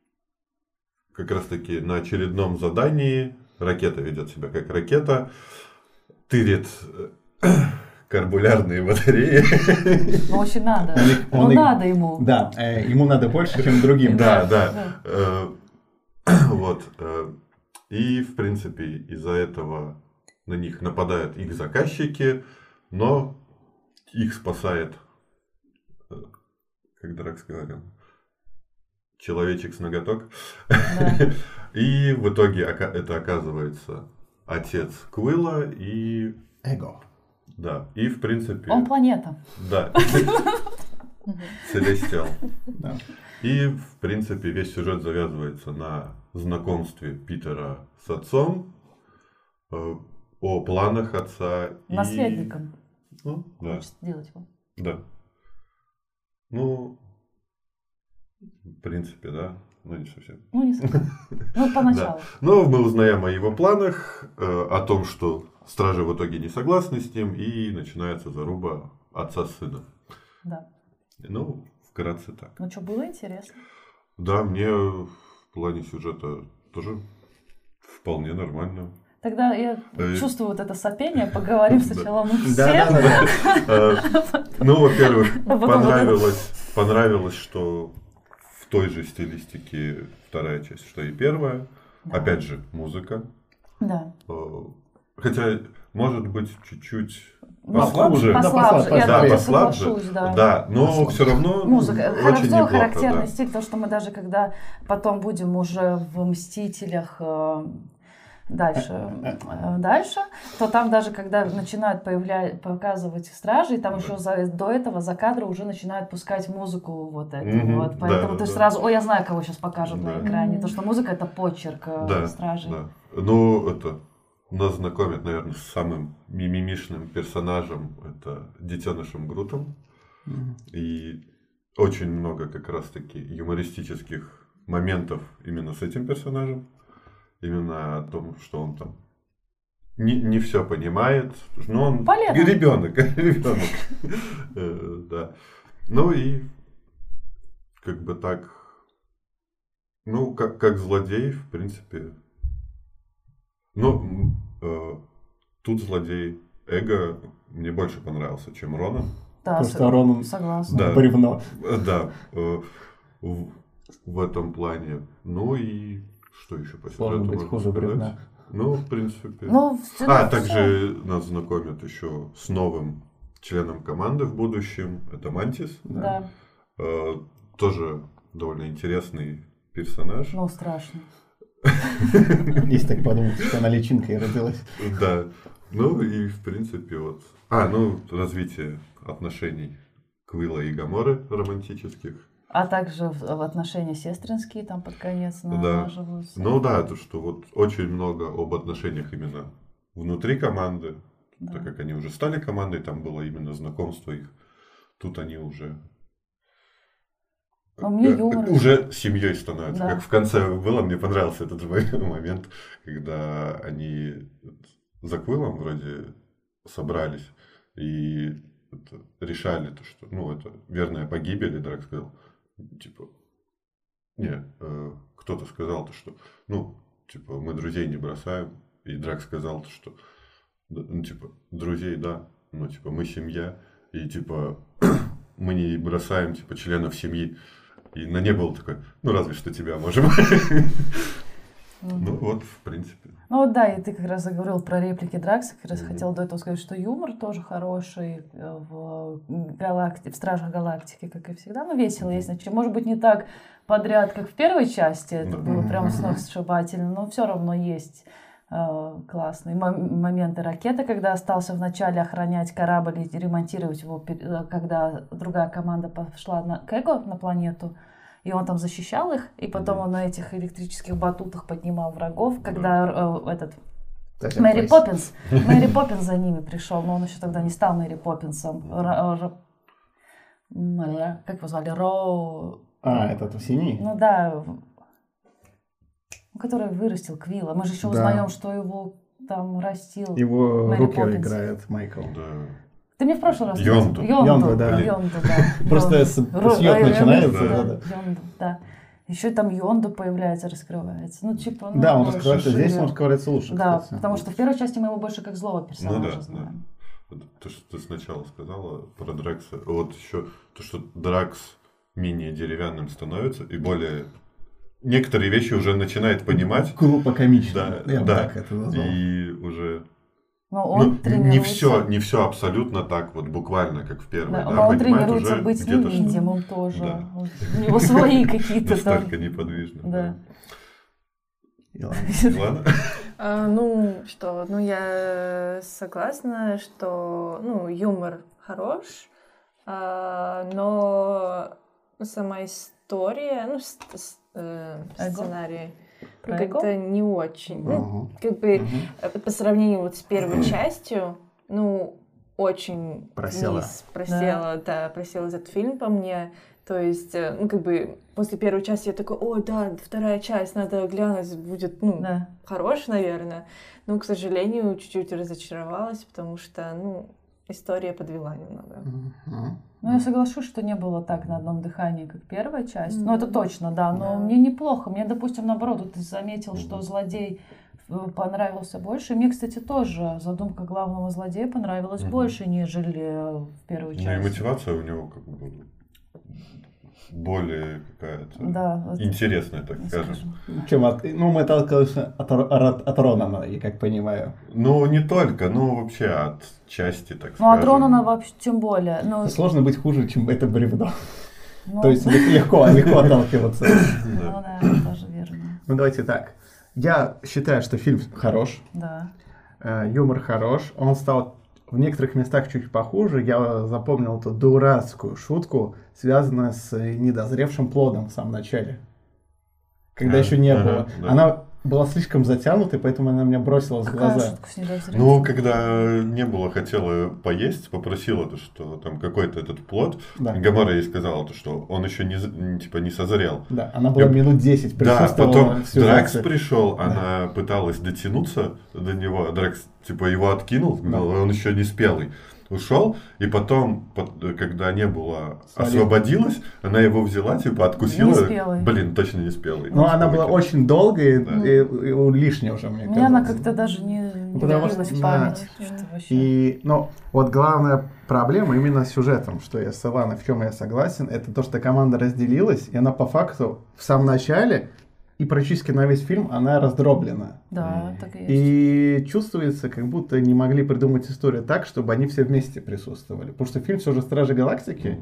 как раз таки на очередном задании ракета ведет себя как ракета, тырит э, карбулярные батареи. ну очень надо. Он их- Ну он их- надо ему. Да, э, ему надо больше, чем другим. Да, Да, да. Э, Вот. э, И, в принципе, из-за этого на них нападают их заказчики, но их спасает, э, как Дракс говорил, человечек с ноготок. Да. И в итоге ока- это оказывается отец Квилла и... Эго. Да, и в принципе... Он планета. Да. Целестиал. Да. И, в принципе, весь сюжет завязывается на знакомстве Питера с отцом, э, о планах отца. и- Наследником. Ну, да, Хочет сделать его. да. Ну, В принципе, да. Ну, не совсем. Ну, не совсем. Ну, поначалу. Да. Но мы узнаем о его планах, э, о том, что стражи в итоге не согласны с ним, и начинается заруба отца с сыном. Да. Ну, вкратце так. Ну, что, было интересно? Да, мне в плане сюжета тоже вполне нормально. Тогда я Э, чувствую вот это сопение. Поговорим сначала мы все. Да, да, да. Э, Ну, во-первых, А потом вот понравилось, понравилось, что в той же стилистике вторая часть, что и первая. Да. Опять же, музыка. Да. Э, Хотя, может быть, чуть-чуть Ну, послабже. Да, Послабже. послабже, Я Да, тоже послабже. соглашусь, да. Да, но Послабже. все равно Музыка. очень Хорошо, неплохо. характерный Да. стиль, то, что мы даже когда потом будем уже в «Мстителях» э, дальше, э, дальше, то там даже когда начинают появлять, показывать стражей, там еще за, до этого за кадра уже начинают пускать музыку вот эту Мгм, вот. да, Поэтому да, ты да. сразу, ой, я знаю, кого сейчас покажут Да. на экране. То, что музыка — это почерк э, Да, стражей. да. Ну, это нас знакомят, наверное, с самым мимимишным персонажем, это детенышем Грутом. Мгм. И очень много как раз-таки юмористических моментов именно с этим персонажем. Именно о том, что он там не, не все понимает. Но он Полезно. ребенок. ребенок. Э, Да. Ну и как бы так. Ну, как, как злодей, в принципе. Ну, м, э, тут злодей Эго мне больше понравился, чем Ронан. Да, Потому с- что Ронан согласна. Да. бревно. Э, Да, э, в, в этом плане. Ну и что еще по Сложно сюжету быть можно хуже сказать? бревна. Ну, в принципе. Ну, всё- а, всё. также нас знакомят еще с новым членом команды в будущем. Это Мантис. Да, Э, тоже довольно интересный персонаж. ну страшно. Если так подумать, что она личинкой родилась. Да. Ну и в принципе вот. А, ну, развитие отношений Квилла и Гаморы романтических. А также в, в отношения сестринские там под конец Да. налаживаются. Ну да, то, что вот очень много об отношениях именно внутри команды, Да. так как они уже стали командой, там было именно знакомство их. Тут они уже Но мне э, юмор- уже семьей становятся. Да. Как в конце было, мне понравился этот момент, когда они за Квиллом вроде собрались и это решали, то, что ну это верная погибель, и Драк сказал, типа, не, э, кто-то сказал то, что ну, типа, мы друзей не бросаем, и Драк сказал то, что да, ну, типа, друзей, да, ну, типа, мы семья, и, типа, мы не бросаем, типа, членов семьи. И на небо был такой, ну, разве что тебя можем. Ну, вот, в принципе. Ну вот да, и ты как раз заговорил про реплики Дракса, как раз Мгм. хотел до этого сказать, что юмор тоже хороший э, в, галакти... в Стражах Галактики, как и всегда. Ну, весело есть. Значит, может быть, не так подряд, как в первой части, это Да. было прям Мгм. сногсшибательно, но все равно есть э, классные мом- моменты. Ракеты, когда остался вначале охранять корабль и ремонтировать его, пер- э, когда другая команда пошла на Кэго, на планету, и он там защищал их, и потом Мгм. он на этих электрических батутах поднимал врагов, когда э, этот Кстати, Мэри Фейс. Поппинс, Мэри Поппинс за ними пришел, но он еще тогда не стал Мэри Поппинсом. Ра- ра- м, Как его звали? Роу... А, этот синий? Ну да, в- ну, который вырастил Квилла. Мы же еще Да. узнаем, что его там растил. Его Мэри Рукер Поппинс. играет Майкл. Да. Ты мне в прошлый раз... Йонду. Йонду, Йонду, да. Йонду, да. Просто Йонду. с- Ру- с Йод э, начинается, да, да-да. Йонду, да. Еще там Йонду появляется, раскрывается. Ну, типа, ну, Да, он больше раскрывается здесь, шире. он раскрывается лучше, Да, кстати. потому что в первой части мы его больше как злого Ну персонажа да, знаем. да. То, что ты сначала сказала про Дракса, вот еще то, что Дракс менее деревянным становится и более... Некоторые вещи уже начинает понимать, Глупо комично. Да, Я бы да. так это назвал. и уже... Но он Ну, не тренируется. все, не все абсолютно так вот буквально, как в первой, Да, да, но он понимает тренируется уже быть где-то, что невидимым тоже. Да. Он- У него свои какие-то там. настолько неподвижно. Да. И ладно. Ладно? А, ну что, ну я согласна, что ну юмор хорош, а, но сама история, ну с- с- э, Эго? сценарий Про ну, Эго? как-то не очень. Ну, Ага. как бы Мгм. э, по сравнению вот с первой частью, ну очень Просела. вниз просела, да, просел этот фильм по мне. То есть, э, ну, как бы, после первой части я такой, о, да, вторая часть, надо глянуть, будет, ну, Да. хорош, наверное. Но, к сожалению, чуть-чуть разочаровалась, потому что, ну, история подвела немного. Мгм. Ну, я соглашусь, что не было так на одном дыхании, как первая часть. Мгм. Ну, это точно, да. Но Да. мне неплохо. Мне, допустим, наоборот, вот ты заметил, что злодей э, понравился больше. Мне, кстати, тоже задумка главного злодея понравилась Мгм. больше, нежели э, в первой Ну и части. мотивация у него как бы более какая-то Да, вот, интересная, так скажем. скажем. Чем от, ну, мы отталкиваемся от, Ро- от, от Ронана, я как понимаю. Ну, не только, но вообще от части, так Ну, от скажем. Ронана вообще тем более. Ну, Сложно быть хуже, чем это бревно. ну, То есть легко, легко отталкиваться. ну Да. да, тоже верно. Ну, давайте так. Я считаю, что фильм хорош, Да. э, юмор хорош. Он стал в некоторых местах чуть похуже. Я запомнил эту дурацкую шутку, связанную с недозревшим плодом в самом начале. Когда А, еще не ага, было. да. Она была слишком затянутой, поэтому она меня бросилась в Какая глаза. шутка с недозревшим? Ну, когда не было, хотела поесть, попросила, то, что там какой-то этот плод, Да. Гомора ей сказала, то, что он еще не, за- не, типа, не созрел. Да, она была Я- минут десять Да, присутствовала потом в Дракс сюжете. пришел, она пыталась дотянуться до него, Дракс типа его откинул, Да. он еще не спелый. Ушел, и потом, под- когда не было, Свалил. освободилась, она его взяла, типа, откусила. Неспелый. Блин, точно не спелый. Но она была очень долгой Да. и, и лишняя уже, мне Мне она казалось. как-то даже не, не потому вбилась что- в да. память. Что вообще. И, ну, вот главная проблема именно с сюжетом, что я с Иваном, в чем я согласен, это то, что команда разделилась, и она по факту в самом начале и практически на весь фильм она раздроблена. Да, так и есть. И чувствуется, как будто не могли придумать историю так, чтобы они все вместе присутствовали. Потому что фильм все же «Стражи Галактики»,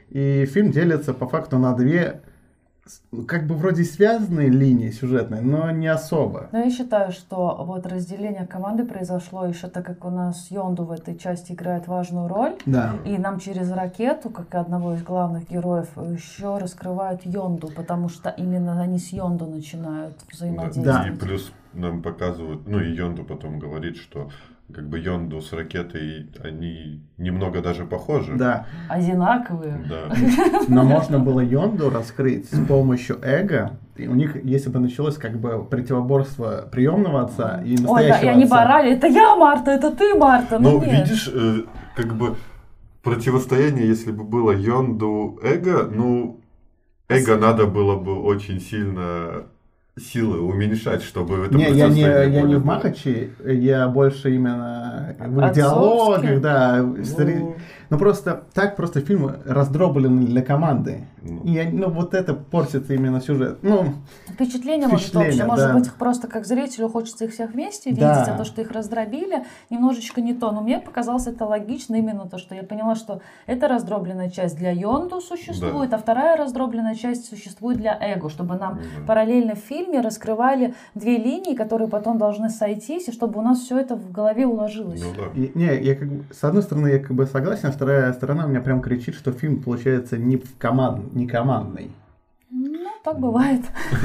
и фильм делится по факту на две, с- как бы вроде связанные линии сюжетные, но не особо. Но я считаю, что вот разделение команды произошло еще так, как у нас Йонду в этой части играет важную роль. Да. И нам через ракету, как и одного из главных героев, еще раскрывают Йонду, потому что именно они с Йонду начинают Да. взаимодействовать. И плюс нам показывают, ну и Йонду потом говорит, что как бы Йонду с ракетой, они немного даже похожи. Да. Одинаковые. Да. Но можно было Йонду раскрыть с помощью эго. И у них, если бы началось как бы противоборство приемного отца и Ой, да, настоящего и они отца. борали, это я, Марта, это ты, Марта. Ну, Ну, нет. видишь, э, как бы противостояние, если бы было Йонду эго, ну, эго надо было бы очень сильно силы уменьшать, чтобы это Не, я не, противостояние я не более- в Махачи, я больше именно в их Отцовский? диалогах, да. Ну, стори- Ну просто так просто фильм раздроблен для команды. ну, И они- ну вот это портит именно сюжет. Ну, Впечатление, может Впечатление, общее. Может да. быть, просто как зрителю хочется их всех вместе видеть, Да. а то, что их раздробили, немножечко не то. Но мне показалось это логично именно то, что я поняла, что эта раздробленная часть для Йонду существует, а вторая раздробленная часть существует для Эго, чтобы нам да. параллельно в фильме раскрывали две линии, которые потом должны сойтись, и чтобы у нас все это в голове уложилось. Ну да. и- не, я как бы, с одной стороны, я как бы согласен, а вторая сторона у меня прям кричит, что фильм получается не в команд, не командный. Ну, так бывает.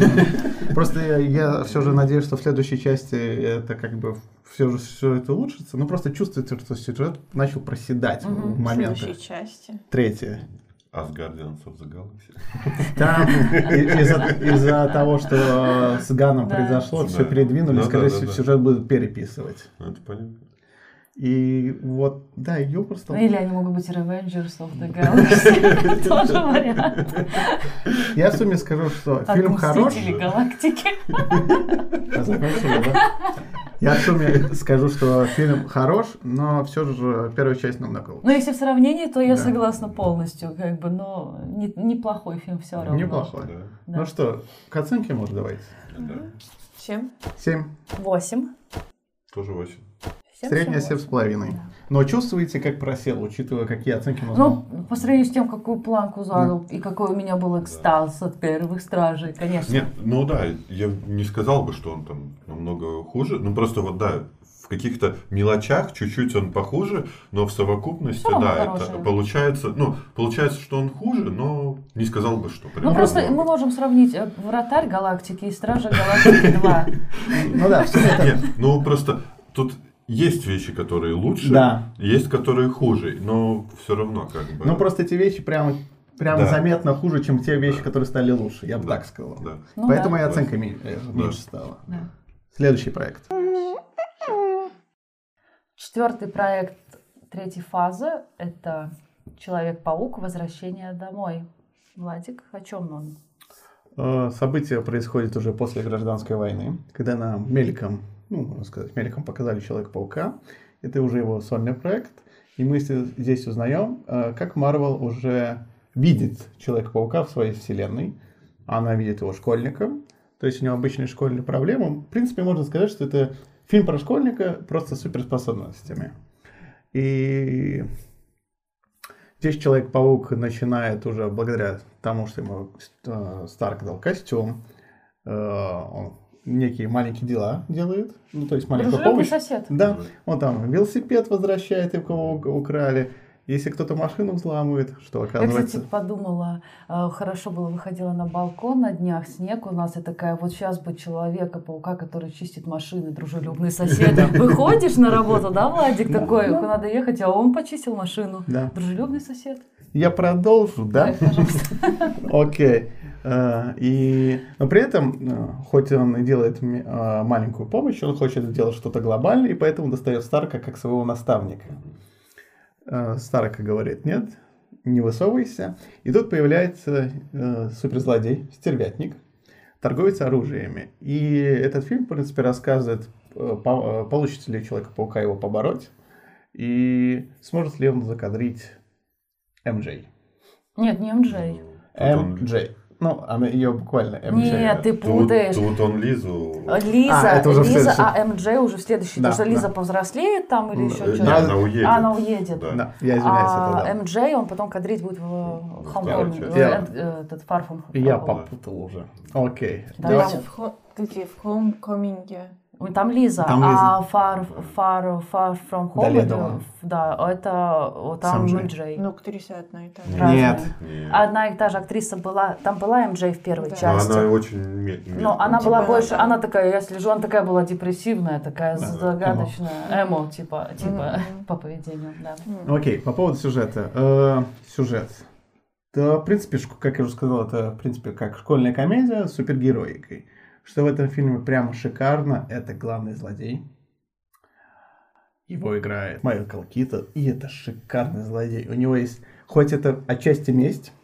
Просто я, я все же надеюсь, что в следующей части это как бы все же все это улучшится. Ну просто чувствуется, что сюжет начал проседать Мгм. в В моменты. следующей части. Третье. As Guardians of the Galaxy. Там и- из-за из-за того, что с Ганом Да. произошло, все Да. передвинули, Да, скорее да, всего, да, да. сюжет будут переписывать. Ну, это понятно. И вот, да, юмор стал. Или они могут быть Revengers of the Galaxy. Тоже вариант. Я в сумме скажу, что Так, фильм хорош. Мстители Галактики. А, закончили, да? Я в сумме скажу, что фильм хорош, но все же первая часть намного лучше. Но если в сравнении, то я Да. согласна полностью, как бы, но не- неплохой фильм все равно. Неплохой. Да. Да. Ну что, к оценке, может, давайте? Да. Чем? Семь. Восемь. Тоже восемь. Семь, Средняя семь, семь с половиной. Но чувствуете, как просел, учитывая, какие оценки мы Ну, по сравнению с тем, какую планку задал, Ну. и какой у меня был экстаз от первых стражей, конечно. Нет, ну да, я не сказал бы, что он там намного хуже. Ну просто вот да, в каких-то мелочах чуть-чуть он похуже, но в совокупности, Всё равно да, хороший. это получается, ну, получается, что он хуже, но не сказал бы, что прям. Ну, просто намного. мы можем сравнить э, Вратарь Галактики и Стражи Галактики два. Ну да, в сумме это... Нет, ну просто тут есть вещи, которые лучше, Да. есть которые хуже, но все равно как бы. Ну просто эти вещи прямо прям Да. заметно хуже, чем те вещи, Да. которые стали лучше, я бы Да. так сказал. Да. Ну Поэтому да. и оценка ми- э, меньше стала. Да. Следующий проект. Четвертый проект третьей фазы — это Человек-паук. Возвращение домой. Владик, о чем он? Э, События происходят уже после гражданской войны, когда нам мельком, ну, можно сказать, мельком показали Человека-паука. Это уже его сольный проект. И мы с- здесь узнаем, э, как Марвел уже видит Человека-паука в своей вселенной. Она видит его школьником, то есть у него обычные школьные проблемы. В принципе, можно сказать, что это фильм про школьника, просто с суперспособностями. И здесь Человек-паук начинает уже, благодаря тому, что ему э, Старк дал костюм, э, он некие маленькие дела делает, ну, то есть маленькую Дружелюбный помощь. сосед. Да, он там велосипед возвращает, и у кого украли. Если кто-то машину взламывает, что Я, оказывается... кстати, подумала, э, хорошо было, выходила на балкон на днях, снег у нас, и такая, вот сейчас бы Человека-паука, который чистит машины, дружелюбный сосед. Выходишь на работу, да, Владик, такой, надо ехать, а он почистил машину. Да. Дружелюбный сосед. Я продолжу, да? Да, пожалуйста. Окей. Э, И, но при этом, э, хоть он и делает м- э, маленькую помощь, он хочет сделать что-то глобальное, и поэтому достает Старка как своего наставника. Э, Старк говорит: нет, не высовывайся. И тут появляется э, суперзлодей, стервятник, торговец оружиями. И этот фильм, в принципе, рассказывает, э, по- э, получится ли Человека-паука его побороть, и сможет ли он закадрить эм джей. Нет, не эм джей. Тут он- эм джей. Ну, она ее буквально эм джей. Нет, ты Тут, путаешь. тут он Лизу... Лиза, А, это уже в Лиза, следующем. а эм джей уже в следующий. Да, Потому что Лиза да. повзрослеет там или Ну, еще э, что-то. не, Она уедет. А, она уедет. Да. Да, я извиняюсь, А это да. эм джей он потом кадрить будет в второй Homecoming. части. Я- э, э, Этот Far From Я Home. попутал уже. Окей. Да, Давайте. там- В хо- где? В Homecoming. Ой, Там Лиза, Там а Far, far, far From Home, Дали это- дома. да, это о, Сам там Джей. эм джей. Ну, актриса одна и та же. Разные. Нет. Не. Одна и та же актриса была, там была эм джей в первой Да. Но части. она очень ме- Но она Типа была она больше, там- она такая, я слежу, она такая была депрессивная, такая Да. загадочная, эмо, типа, типа Мгм. по поведению, да. Окей, по поводу сюжета. Э, Сюжет. Да, в принципе, шк- как я уже сказал, это, в принципе, как школьная комедия с супергероикой. Что в этом фильме прямо шикарно, это главный злодей. Его играет Майкл Китон, и это шикарный злодей. У него есть, хоть это отчасти месть,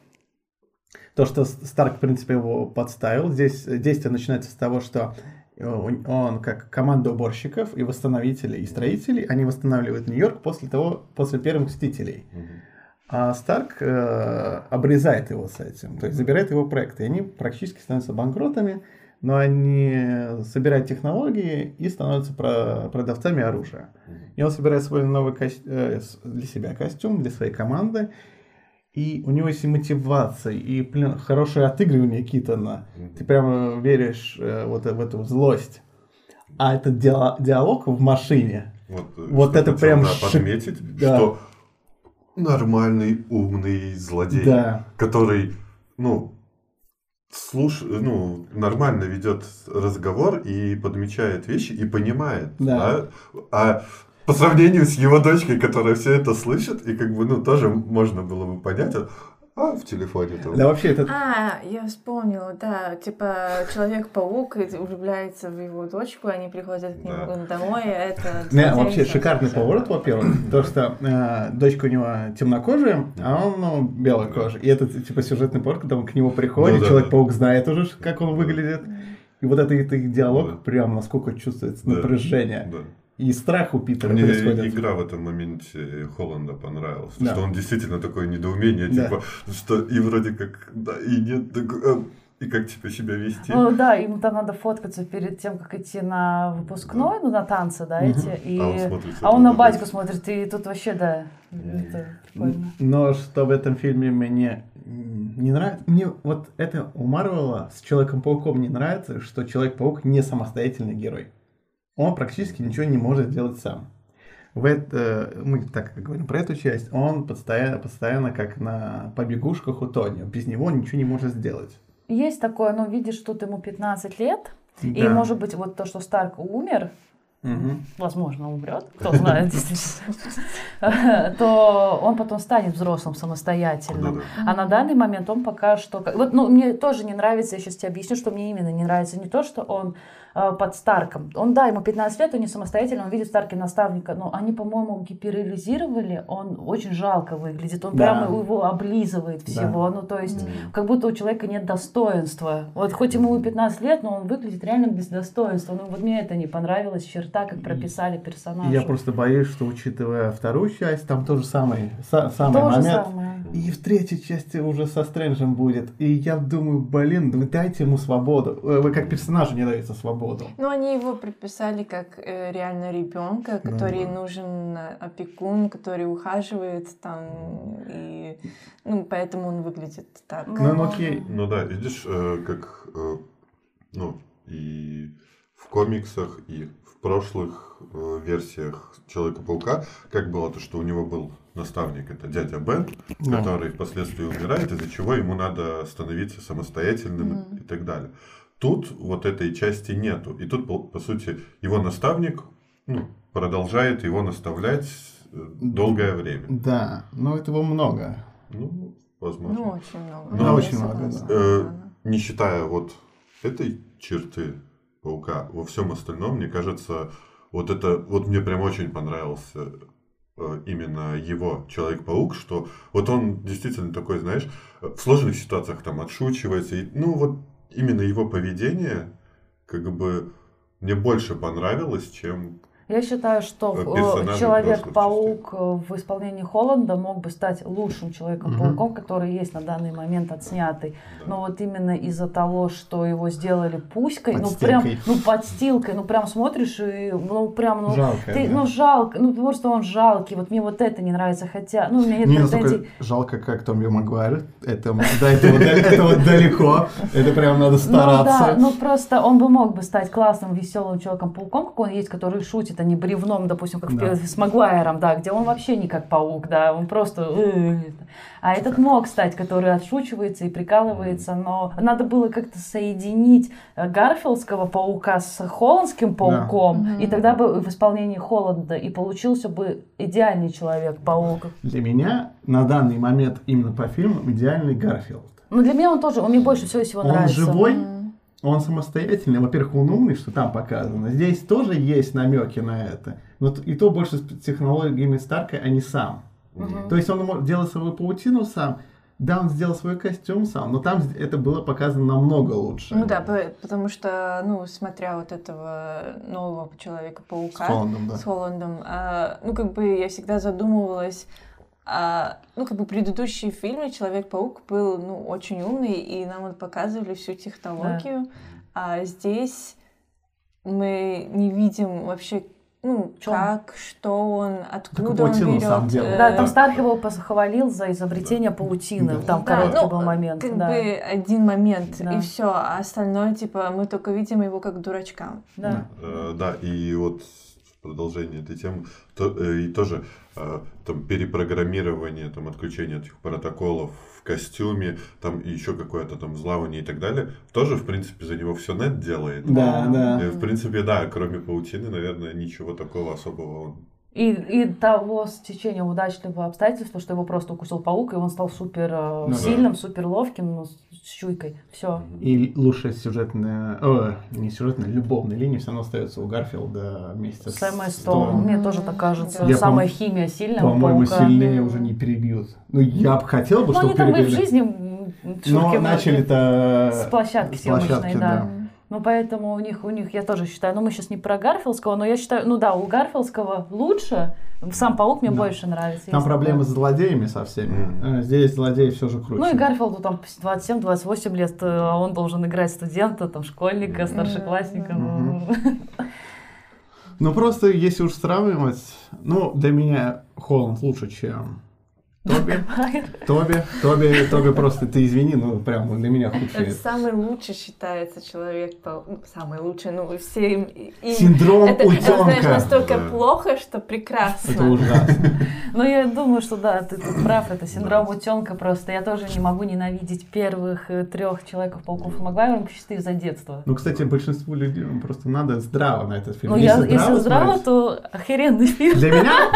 то, что С- Старк, в принципе, его подставил. Здесь действие начинается с того, что э, он он как команда уборщиков и восстановителей, и строителей, они восстанавливают Нью-Йорк после того, после первых Мстителей. Мгм. А Старк э, обрезает его с этим, то есть забирает его проекты. И они практически становятся банкротами, но они собирают технологии и становятся про- продавцами оружия. И он собирает свой новый кос- э, с- для себя костюм, для своей команды. И у него есть и мотивация, и блин, хорошее отыгрывание Китона. Ты прямо веришь э, вот в эту злость. А этот диа- диалог в машине. Вот, э, Вот что это хотел, прям да, шик- подметить, да. что нормальный, умный злодей, Да. который, ну, слуш... ну, нормально ведет разговор и подмечает вещи и понимает, Да. да? А по сравнению с его дочкой, которая все это слышит, и как бы, ну, тоже можно было бы понять, а, а в телефоне там. Да, вообще этот... А, я вспомнила, да, типа Человек-паук и влюбляется в его дочку, они приходят к нему Да. домой, и это... Не, вообще злодей. шикарный поворот, во-первых, то что э, дочка у него темнокожая, а он ну, белой кожи. И это типа сюжетный поворот, когда он к нему приходит, Ну да, Человек-паук знает уже, как он выглядит. И вот это, это их диалог, Да. прям насколько чувствуется Да. напряжение. Да. И страх у Питера Мне происходит. игра в этом моменте Холланда понравилась, Да. что он действительно такое недоумение, Да. типа, что и вроде как, да, и нет, так, э, и как типа себя вести. Ну да, им там надо фоткаться перед тем, как идти на выпускной, ну на танцы, да, Мгм. эти. И... А он смотрит с а он на этого батьку дочь. смотрит, и тут вообще, да, это прикольно. Но что в этом фильме мне м, не нравится, мне вот это у Марвела с Человеком-пауком не нравится, что Человек-паук не самостоятельный герой. Он практически ничего не может сделать сам. В это, мы так как говорим про эту часть, он постоянно, постоянно как на побегушках у Тони. Без него он ничего не может сделать. Есть такое, ну видишь, тут ему пятнадцать лет, и Да. может быть вот то, что Старк умер, Мгм. возможно, умрет, кто знает, действительно, то он потом станет взрослым самостоятельным. Да-да. А на данный момент он пока что... Вот, ну, мне тоже не нравится, я сейчас тебе объясню, что мне именно не нравится. Не то, что он э, под Старком. Он, да, ему пятнадцать лет, он не самостоятельный, он видит в Старке наставника, но они, по-моему, гиперреализировали, он очень жалко выглядит, он Да. прямо его облизывает всего. Ну, то есть, как будто у человека нет достоинства. Вот хоть ему и пятнадцать лет, но он выглядит реально без достоинства. Ну, вот мне это не понравилось, черта, как прописали персонажа. Я просто боюсь, что, учитывая вторую часть, там тоже самый, са- самый То же момент. самое. И в третьей части уже со Стрэнджем будет. И я думаю, блин, вы дайте ему свободу. Э, Вы как персонажу не даете свободу. Ну, они его приписали как э, реально ребенка, Да. который нужен э, опекун, который ухаживает там, и ну, поэтому он выглядит так. Ну, ну окей. Ну да, видишь, э, как э, ну, и в комиксах, и в прошлых э, версиях Человека-паука, как было то, что у него был наставник, это дядя Бен, Да. который впоследствии умирает, из-за чего ему надо становиться самостоятельным Мгм. и так далее. Тут вот этой части нету. И тут, по, по сути, его наставник ну, продолжает его наставлять э, долгое время. Да, но этого много. Ну, возможно. Ну, очень много. Ну, Я очень много, согласна, да. Э, да. Не считая вот этой черты паука, во всем остальном, мне кажется, вот это, вот мне прям очень понравился э, именно его Человек-паук, что вот он действительно такой, знаешь, в сложных ситуациях там отшучивается, и, ну вот именно его поведение, как бы, мне больше понравилось, чем... Я считаю, что Э, э, персонажи Человек-паук э, в исполнении Холланда мог бы стать лучшим Человеком-пауком, который есть на данный момент отснятый. Но вот именно из-за того, что его сделали пуськой, ну прям, Подстилкой. ну подстилкой, ну прям смотришь и ну прям, ну Жалко. ты, да. ну жалко, ну просто он жалкий, вот мне вот это не нравится, хотя, ну у меня нет Не претензий. настолько жалко, как Томми Магуайр. Это, да, это, вот, это вот далеко. Это прям надо Ну да, стараться. ну просто он бы мог бы стать классным, веселым Человеком-пауком, какой он есть, который шутит, а не бревном, допустим, как в Да. пе- с Магуайром, да, где он вообще не как паук, да, он просто... э, А этот мог стать, который отшучивается и прикалывается, но надо было как-то соединить э, Гарфилдского паука с Холландским пауком, Мгм. и тогда бы в исполнении Холланда и получился бы идеальный Человек-паук. Для меня на данный момент именно по фильмам идеальный Гарфилд. Ну для меня он тоже, он мне больше всего всего Он нравится. живой, Мгм. он самостоятельный. Во-первых, он умный, что там показано. Здесь тоже есть намеки на это. Но т- и то больше с технологиями Старка, а не сам. Мгм. То есть он может делать свою паутину сам. Да, он сделал свой костюм сам, но там это было показано намного лучше. Ну да, по- потому что, ну, смотря вот этого нового С Человека-паука Холландом, да. с Холландом, а, ну, как бы я всегда задумывалась, а, ну, как бы предыдущие фильмы Человек-паук был, ну, очень умный, и нам вот показывали всю технологию, а здесь мы не видим вообще, ну, Чём? как, что он, откуда он паутину берет. сам делал. Да, там э, Старк его похвалил за изобретение паутины. Да. Там Да, короткий ну, был момент. как да. бы один момент, Да. и все, а остальное, типа, мы только видим его как дурачка. Да. Э, Да, и вот в продолжение этой темы, то, э, и тоже э, там перепрограммирование, там отключение этих протоколов в костюме, там и еще какое-то там взламывание и так далее, тоже, в принципе, за него все нет делает. Да, да. И, в принципе, да, кроме паутины, наверное, ничего такого особого он... И, и того стечения удачного обстоятельства, что его просто укусил паук, и он стал супер э, Ну да. сильным, супер ловким, ну, с с чуйкой. Все. И лучшая сюжетная, о, не сюжетная, любовная линия все равно остается у Гарфилда вместе с Сэм и Стоун. Стоуном. Мне тоже так кажется. Я, Самая по- химия сильная у По-моему, паука. сильнее уже не перебьют. Ну, я бы хотел бы, Ну, они чтобы там и в перебили. жизни м, шутки Но были. начали-то С площадки с съемочной, площадки, да. Ну, поэтому у них, у них, я тоже считаю, ну, мы сейчас не про Гарфилдского, но я считаю, ну да, у Гарфилдского лучше, сам паук мне Да. больше нравится. Там есть проблемы с такое. злодеями со всеми. Э, Здесь злодеи все же круче. Ну, и Гарфилду там двадцать семь двадцать восемь лет, а он должен играть студента, там, школьника, старшеклассника. Мгм. ну. Ну, просто если уж сравнивать, ну, для меня Холланд лучше, чем Тоби, Тоби, Тоби, Тоби, просто ты извини, ну прям для меня Это худший. самый лучший считается человек-паук. Ну, самый лучший, ну, и все им... им- Синдром это, это, знаешь, утенка. настолько Да. плохо, что прекрасно. Это ужасно. Ну, я думаю, что да, ты тут прав, это синдром утенка просто. Я тоже не могу ненавидеть первых э, трех Человеков-пауков и Магуайра чисто из-за детства. Ну, кстати, большинству людей ну, просто надо здраво на этот фильм. Ну, я, если здраво, смотреть- то охеренный фильм. Для меня?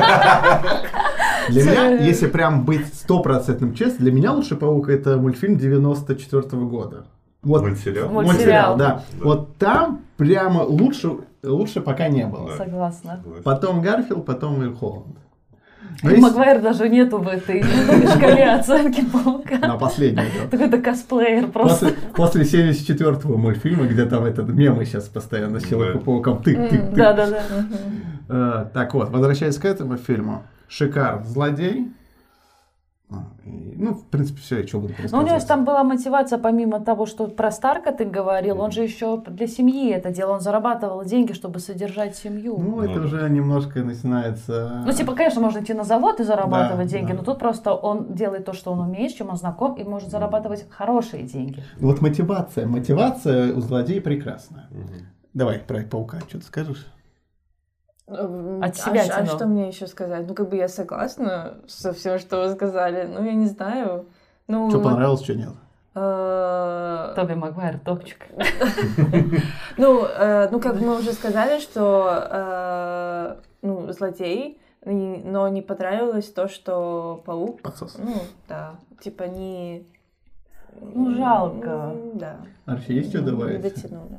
Для меня, если прям быть стопроцентным честным, для меня «Лучший паук» — это мультфильм девяносто четвёртого года. Вот Мультсериал? Мультсериал. мультсериал, да. Да. Вот там прямо лучше, лучше пока не было. Да. Согласна. Потом Гарфилд, потом Иль Холланд. Но И есть- Магуайр даже нету в этой шкале оценки паука. На последний идет. Такой-то косплеер просто. После, после семьдесят четвёртого мультфильма, где там этот мемы сейчас постоянно с Человеком-пауком тык-тык-тык. Да-да-да. Э, так вот, возвращаясь к этому фильму. Шикар, злодей. А, и, Ну, в принципе, все, я что буду Ну, у рассказывать. него там была мотивация, помимо того, что про Старка ты говорил, он же еще для семьи это делал, он зарабатывал деньги, чтобы содержать семью. Ну, это Ну, уже немножко начинается... Ну, типа, конечно, можно идти на завод и зарабатывать Да, деньги, да. но тут просто он делает то, что он умеет, с чем он знаком, и может зарабатывать хорошие деньги. Вот мотивация. Мотивация у злодея прекрасная. Мгм. Давай про паука что-то скажешь? М, От а себя ш- а, тянул. что мне еще сказать? Ну, как бы я согласна со всем, что вы сказали. Ну, я не знаю. Ну, Что вот, понравилось, что нет? э, Тоби Магуайр, топчик. Ну, э, ну, как мы уже сказали, что э, ну, злодей, и- но не понравилось то, что паук, Подсос. ну, да, типа не... Ну, жалко. М, Да. Арчи, есть что Не добавить? дотянули.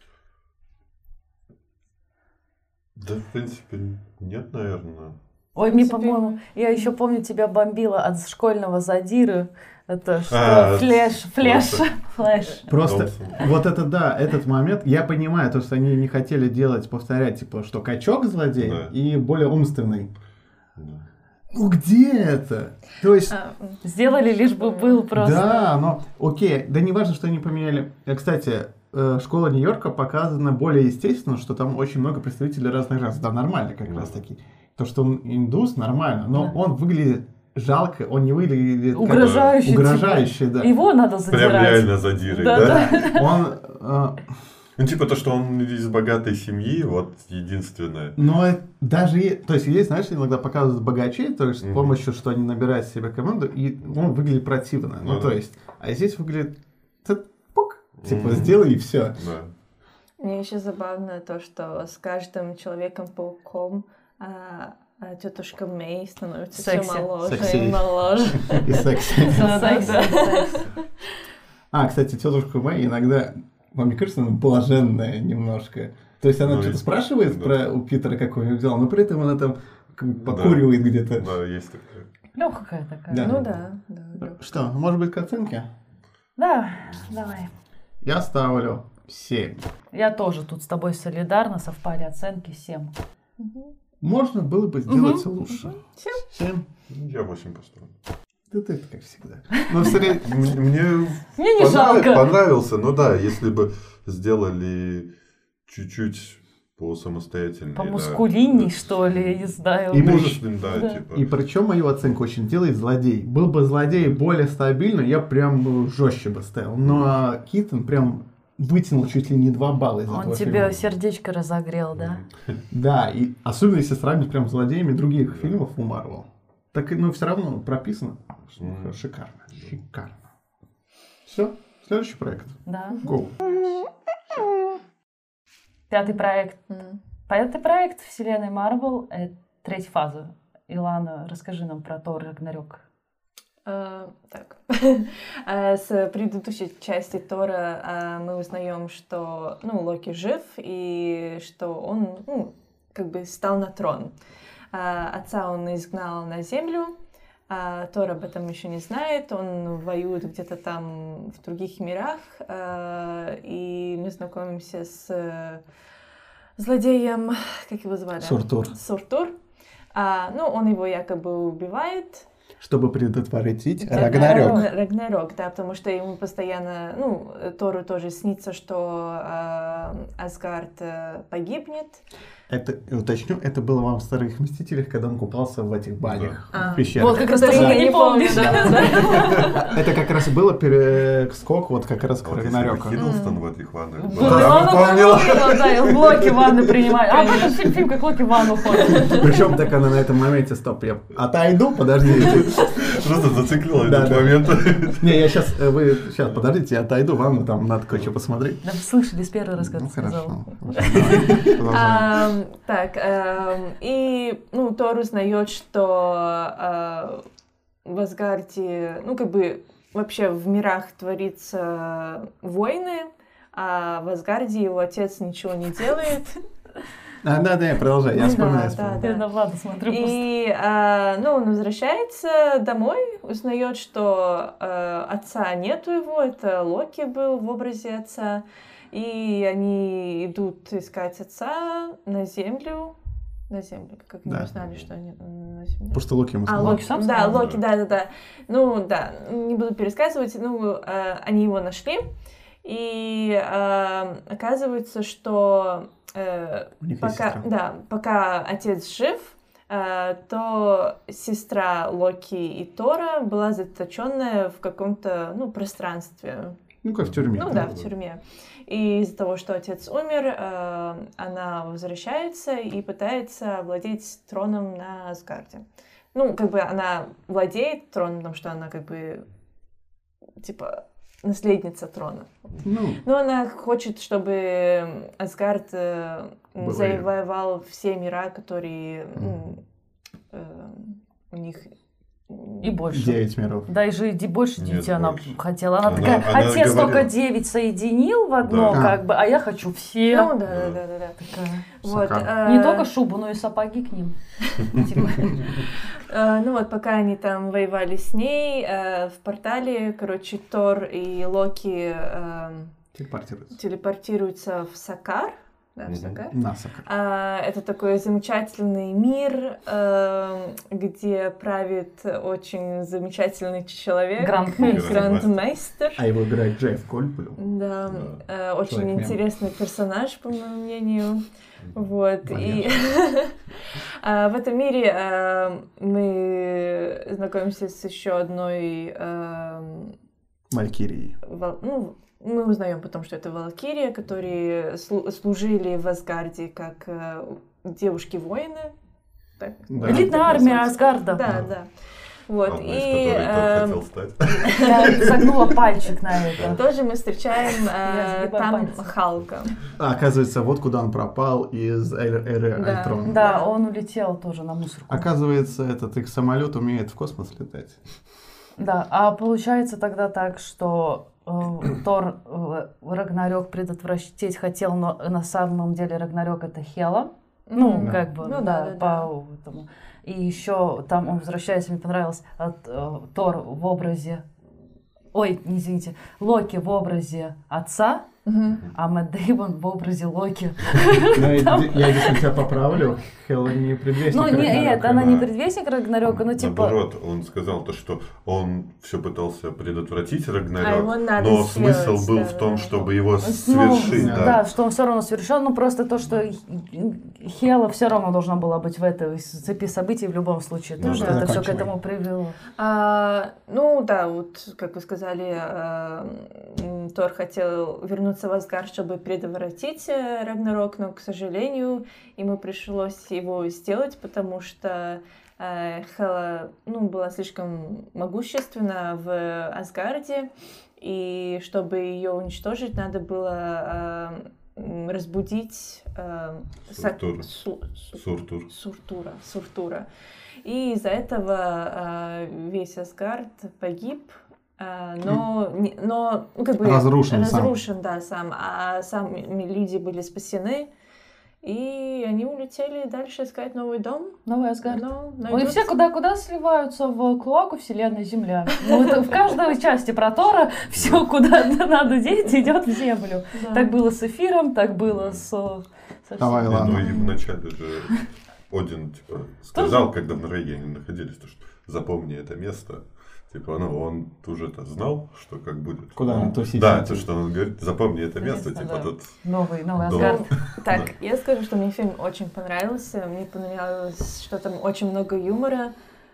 Да, в принципе, нет, наверное. Ой, мне, принципе, по-моему, я еще помню, тебя бомбило от школьного задиры. Это что? А, Флэш, флэш, просто. флэш. Просто Донсон. вот это да, этот момент, я понимаю, то, что они не хотели делать, повторять, типа, что качок злодей Да. и более умственный. Да. Ну где это? То есть, А, м, Сделали, лишь бы был просто. да, но окей, да не важно, что они поменяли. Э, Кстати, э, школа Нью-Йорка показана более естественно, что там очень много представителей разных рас. Да, нормально как Да. раз таки. То, что он индус, нормально, но Да. он выглядит жалко, он не выглядит как- Угрожающий. типа. угрожающе, да. Его надо Прям задирать. реально задирой, Да, да? да. Он, э, Ну, типа то, что он из богатой семьи, вот единственное. но это даже, и- то есть есть, знаешь, иногда показывают богачей, то есть с Мгм. помощью, что они набирают себе команду, и он выглядит противно. Ну, Ну то да. есть, а здесь выглядит, т- пук, типа, Мгм. сделай и все. Да. Мне еще забавно то, что с каждым Человеком-пауком а, а, тетушка Мэй становится все Секси. моложе Секси. и моложе. И секси. Да, да, Секси, да. секси. А, кстати, тетушка Мэй иногда, вам не кажется, она блаженная немножко? То есть она Ну, что-то и- спрашивает да. про у Питера, какой он взял, но при этом она там как бы Да. покуривает где-то. Да, есть такое. Легкая такая. Да. Ну да, да. да. Что, может быть, к оценке? Да, давай. Я ставлю семь. Я тоже тут с тобой солидарна, совпали оценки семь. Мгм. Можно было бы сделать Мгм. лучше. Семь. Семь. Ну, Я восемь поставлю. Да ты как всегда. Но в сред- М- Мне Мне не понрав- жалко. понравился, ну да, если бы сделали чуть-чуть по самостоятельнее. По да. мускулинней, что ли, я не знаю. И И можешь- мужественным, да, Да. типа. И причем мою оценку очень делает злодей. Был бы злодей более стабильный, я прям жестче бы ставил. Но Китон прям вытянул чуть ли не два балла из Он этого тебе фильма. сердечко разогрел, да? Да, и особенно если сравнить прям с злодеями других фильмов у Марвел. Так, ну, все равно прописано. Мгм. Шикарно. Шикарно. Все, следующий проект. Да. Go. Пятый проект. М. Пятый проект вселенной Марвел — это третья фаза. Илана, расскажи нам про Тор Рагнарёк. А, Так. А, С предыдущей части Тора а, мы узнаем, что ну, Локи жив и что он ну, как бы стал на трон. А, Отца он изгнал на землю. а Тор об этом еще не знает. Он воюет где-то там в других мирах. а, И мы знакомимся с э, злодеем, как его звали? Суртур. Суртур. А, Ну, он его якобы убивает. Чтобы предотвратить Да, Рагнарёк. Рагна- Рагнарёк, да, потому что ему постоянно, ну, Тору тоже снится, что э, Асгард э, погибнет. Это, уточню, это было во вторых «Мстителях», когда он купался в этих банях, А. в пещерах. Вот как раз Да, таки я ты не не помню, помнишь. да, да. Это как раз и было перескок вот как раз к А вот если бы Рагнарёку. Хиддлстон в этих ваннах был, Да, я ванну бы помнил. принимала, да, и в Локи ванны принимали. А потом фильм, фильм, как Локи в ванну ходит. Причем так она на этом моменте, стоп, я отойду, подождите. Просто зациклил Да, этот да. момент. Не, я сейчас, вы сейчас подождите, я отойду, вам там надо кое-что посмотреть. Да вы слышали с первого раза, как Ну ты сказала. хорошо. Давай, продолжаем. Ам, Так, ам, и, ну, Тор узнает, что а, в Асгарде, ну, как бы, вообще в мирах творится войны, а в Асгарде его отец ничего не делает. А, да, да, продолжай, я Ну вспоминаю. да, вспоминаю. да. Я на Владу смотрю просто. И, а, ну, он возвращается домой, узнает, что а, отца нету его, это Локи был в образе отца. И они идут искать отца на землю. На землю, как они Да. узнали, что они на земле. Потому что Локи ему А, сказал. Локи сам да, сказал? Локи, да, да, да. Ну, да, не буду пересказывать. Ну, э, они его нашли. И э, оказывается, что э, У них есть пока, сестра. да, пока отец жив, э, то сестра Локи и Тора была заточенная в каком-то, ну, пространстве. Ну, как в тюрьме. Ну да, в тюрьме. И из-за того, что отец умер, э, она возвращается и пытается владеть троном на Асгарде. Ну, как бы она владеет троном, потому что она как бы, типа, наследница трона. Ну, Но она хочет, чтобы Асгард э, Был завоевал все мира, которые ну, э, у них... И больше. девять миров. Да, и же иди больше Нет, детей она больше. хотела. Она, Она- такая, она отец говорила. только девять соединил в одно, Да. как бы, а я хочу все. Ну, да, да, да, да, да. Такая. Вот, Сака. э, Не только шубу, но и сапоги к ним. Типа. Э, Ну вот, пока они там воевали с ней, э, в портале, короче, Тор и Локи э, Телепортируется. телепортируются в Сакар. Да, в Мгм. Сакар. На Сака. А, это такой замечательный мир, э, где правит очень замечательный человек. Грандмейстер. Грандмейстер. А его играет Джефф Гольдблюм. Да, э, очень Человек-мем. интересный персонаж, по моему мнению. Вот. И Понятно. а, в этом мире а, мы знакомимся с еще одной, а, Валькирии. вал- ну, мы узнаем потом, что это Валкирия, которые слу- служили в Асгарде как а, девушки-воины. Так? Да. Элитная армия Асгарда. Да, да. Вот. Одна из И которых Тор а, хотел стать. Я загнула пальчик на это. тоже мы встречаем а, Я сгибаю там пальцы. Халка. А, оказывается, вот куда он пропал из Эр- эры Да. Альтрона. Да, он улетел тоже на мусорку. Оказывается, этот их самолет умеет в космос летать. Да, а получается тогда так, что э, Тор э, Рагнарёк предотвратить хотел, но на самом деле Рагнарёк это Хела. Ну, Мгм. как бы, Ну да, да, да, да. по этому. И еще там он возвращается, мне понравилось, от, э, Тор в образе, ой, не извините, Локи в образе отца, Мгм. а Мэтт Дэймон в образе Локи. Но я, я здесь тебя поправлю. Хелла не предвестник Ну, не, Рагнарока. нет, она не да. предвестник Рагнарёка, ну, типа... Наоборот, он сказал то, что он все пытался предотвратить А его Рагнарёк, надо но сделать, смысл был да, в да, том, да. чтобы его Ну, совершить. да. Да. что он все равно совершил, ну просто то, что Хела все равно должна была быть в этой цепи событий в любом случае, то, Ну что да. это все к Заканчивай. этому привело. А, ну да, вот как вы сказали, а, м, Тор хотел вернуться в Асгард, чтобы предотвратить э, Рагнарёк, но, к сожалению, ему пришлось его сделать, потому что э, Хела ну, была слишком могущественна в Асгарде, и чтобы ее уничтожить, надо было э, м, разбудить э, Сак- Суртур. Су- Су- Суртур. Суртура, Суртура. И из-за этого а, весь Асгард погиб, а, но, не- но ну, как бы Разрушен сам. разрушен, да, сам, а сами люди были спасены, и они улетели дальше искать новый дом. Новый Асгард. Но Ну и найдут- все куда-куда сливаются в клоаку вселенной Земля. Ну, это в каждой части про Тора все, куда надо деть, идет в землю. Да. Так было с Эфиром, так было с... со Давай, всеми. Не, ладно. ну и вначале же Один типа сказал, когда в Норвегии они находились, то, что запомни это место. Типа, ну, он уже-то знал, что как будет. Куда он, он тусить Да, будет. то, что он говорит, запомни это место, Место, типа, да. тут... Новый, новый дом. Асгард. Так, Да. я скажу, что мне фильм очень понравился. Мне понравилось, что там очень много юмора.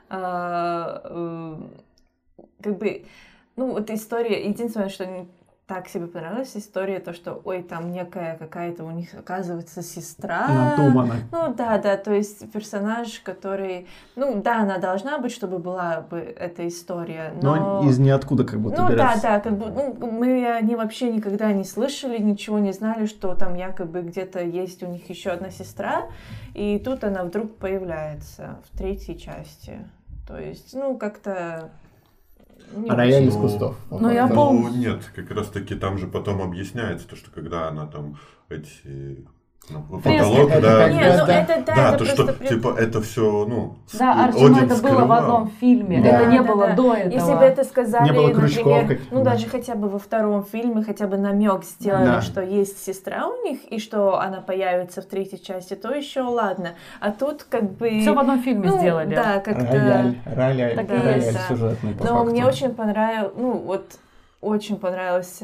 А, э, как бы, ну, вот история, единственное, что не так себе понравилась, история, то, что, ой, там некая какая-то у них, оказывается, сестра. Надумано. Ну, да, да, то есть персонаж, который, ну, да, она должна быть, чтобы была бы эта история, но... Но из ниоткуда как будто Ну берется. да, да, как бы, ну, мы они вообще никогда не слышали, ничего не знали, что там якобы где-то есть у них еще одна сестра, и тут она вдруг появляется в третьей части. То есть, ну, как-то... не Рояль из Ну, кустов. ну, я Вот. помню. Ну, нет, как раз таки там же потом объясняется, то, что когда она там эти... Ну, потолок, Это да, как Не, раз, ну да. это да, да, это то, что, просто... при- типа, это все, ну, Да, Один Арчи, ну, это было в скрывал. одном фильме. Да. Это не Да, было да. до этого. Если бы это сказали, Не было крючков например, каких-то, ну да. даже хотя бы во втором фильме, хотя бы намек сделали, Да. что есть сестра у них, и что она появится в третьей части, то еще ладно. А тут как бы... Все в одном фильме ну, сделали. Да, как-то... Рояль, рояль, Так и рояль есть, да. сюжетный, по Но факту. мне очень понравилось, ну вот очень понравился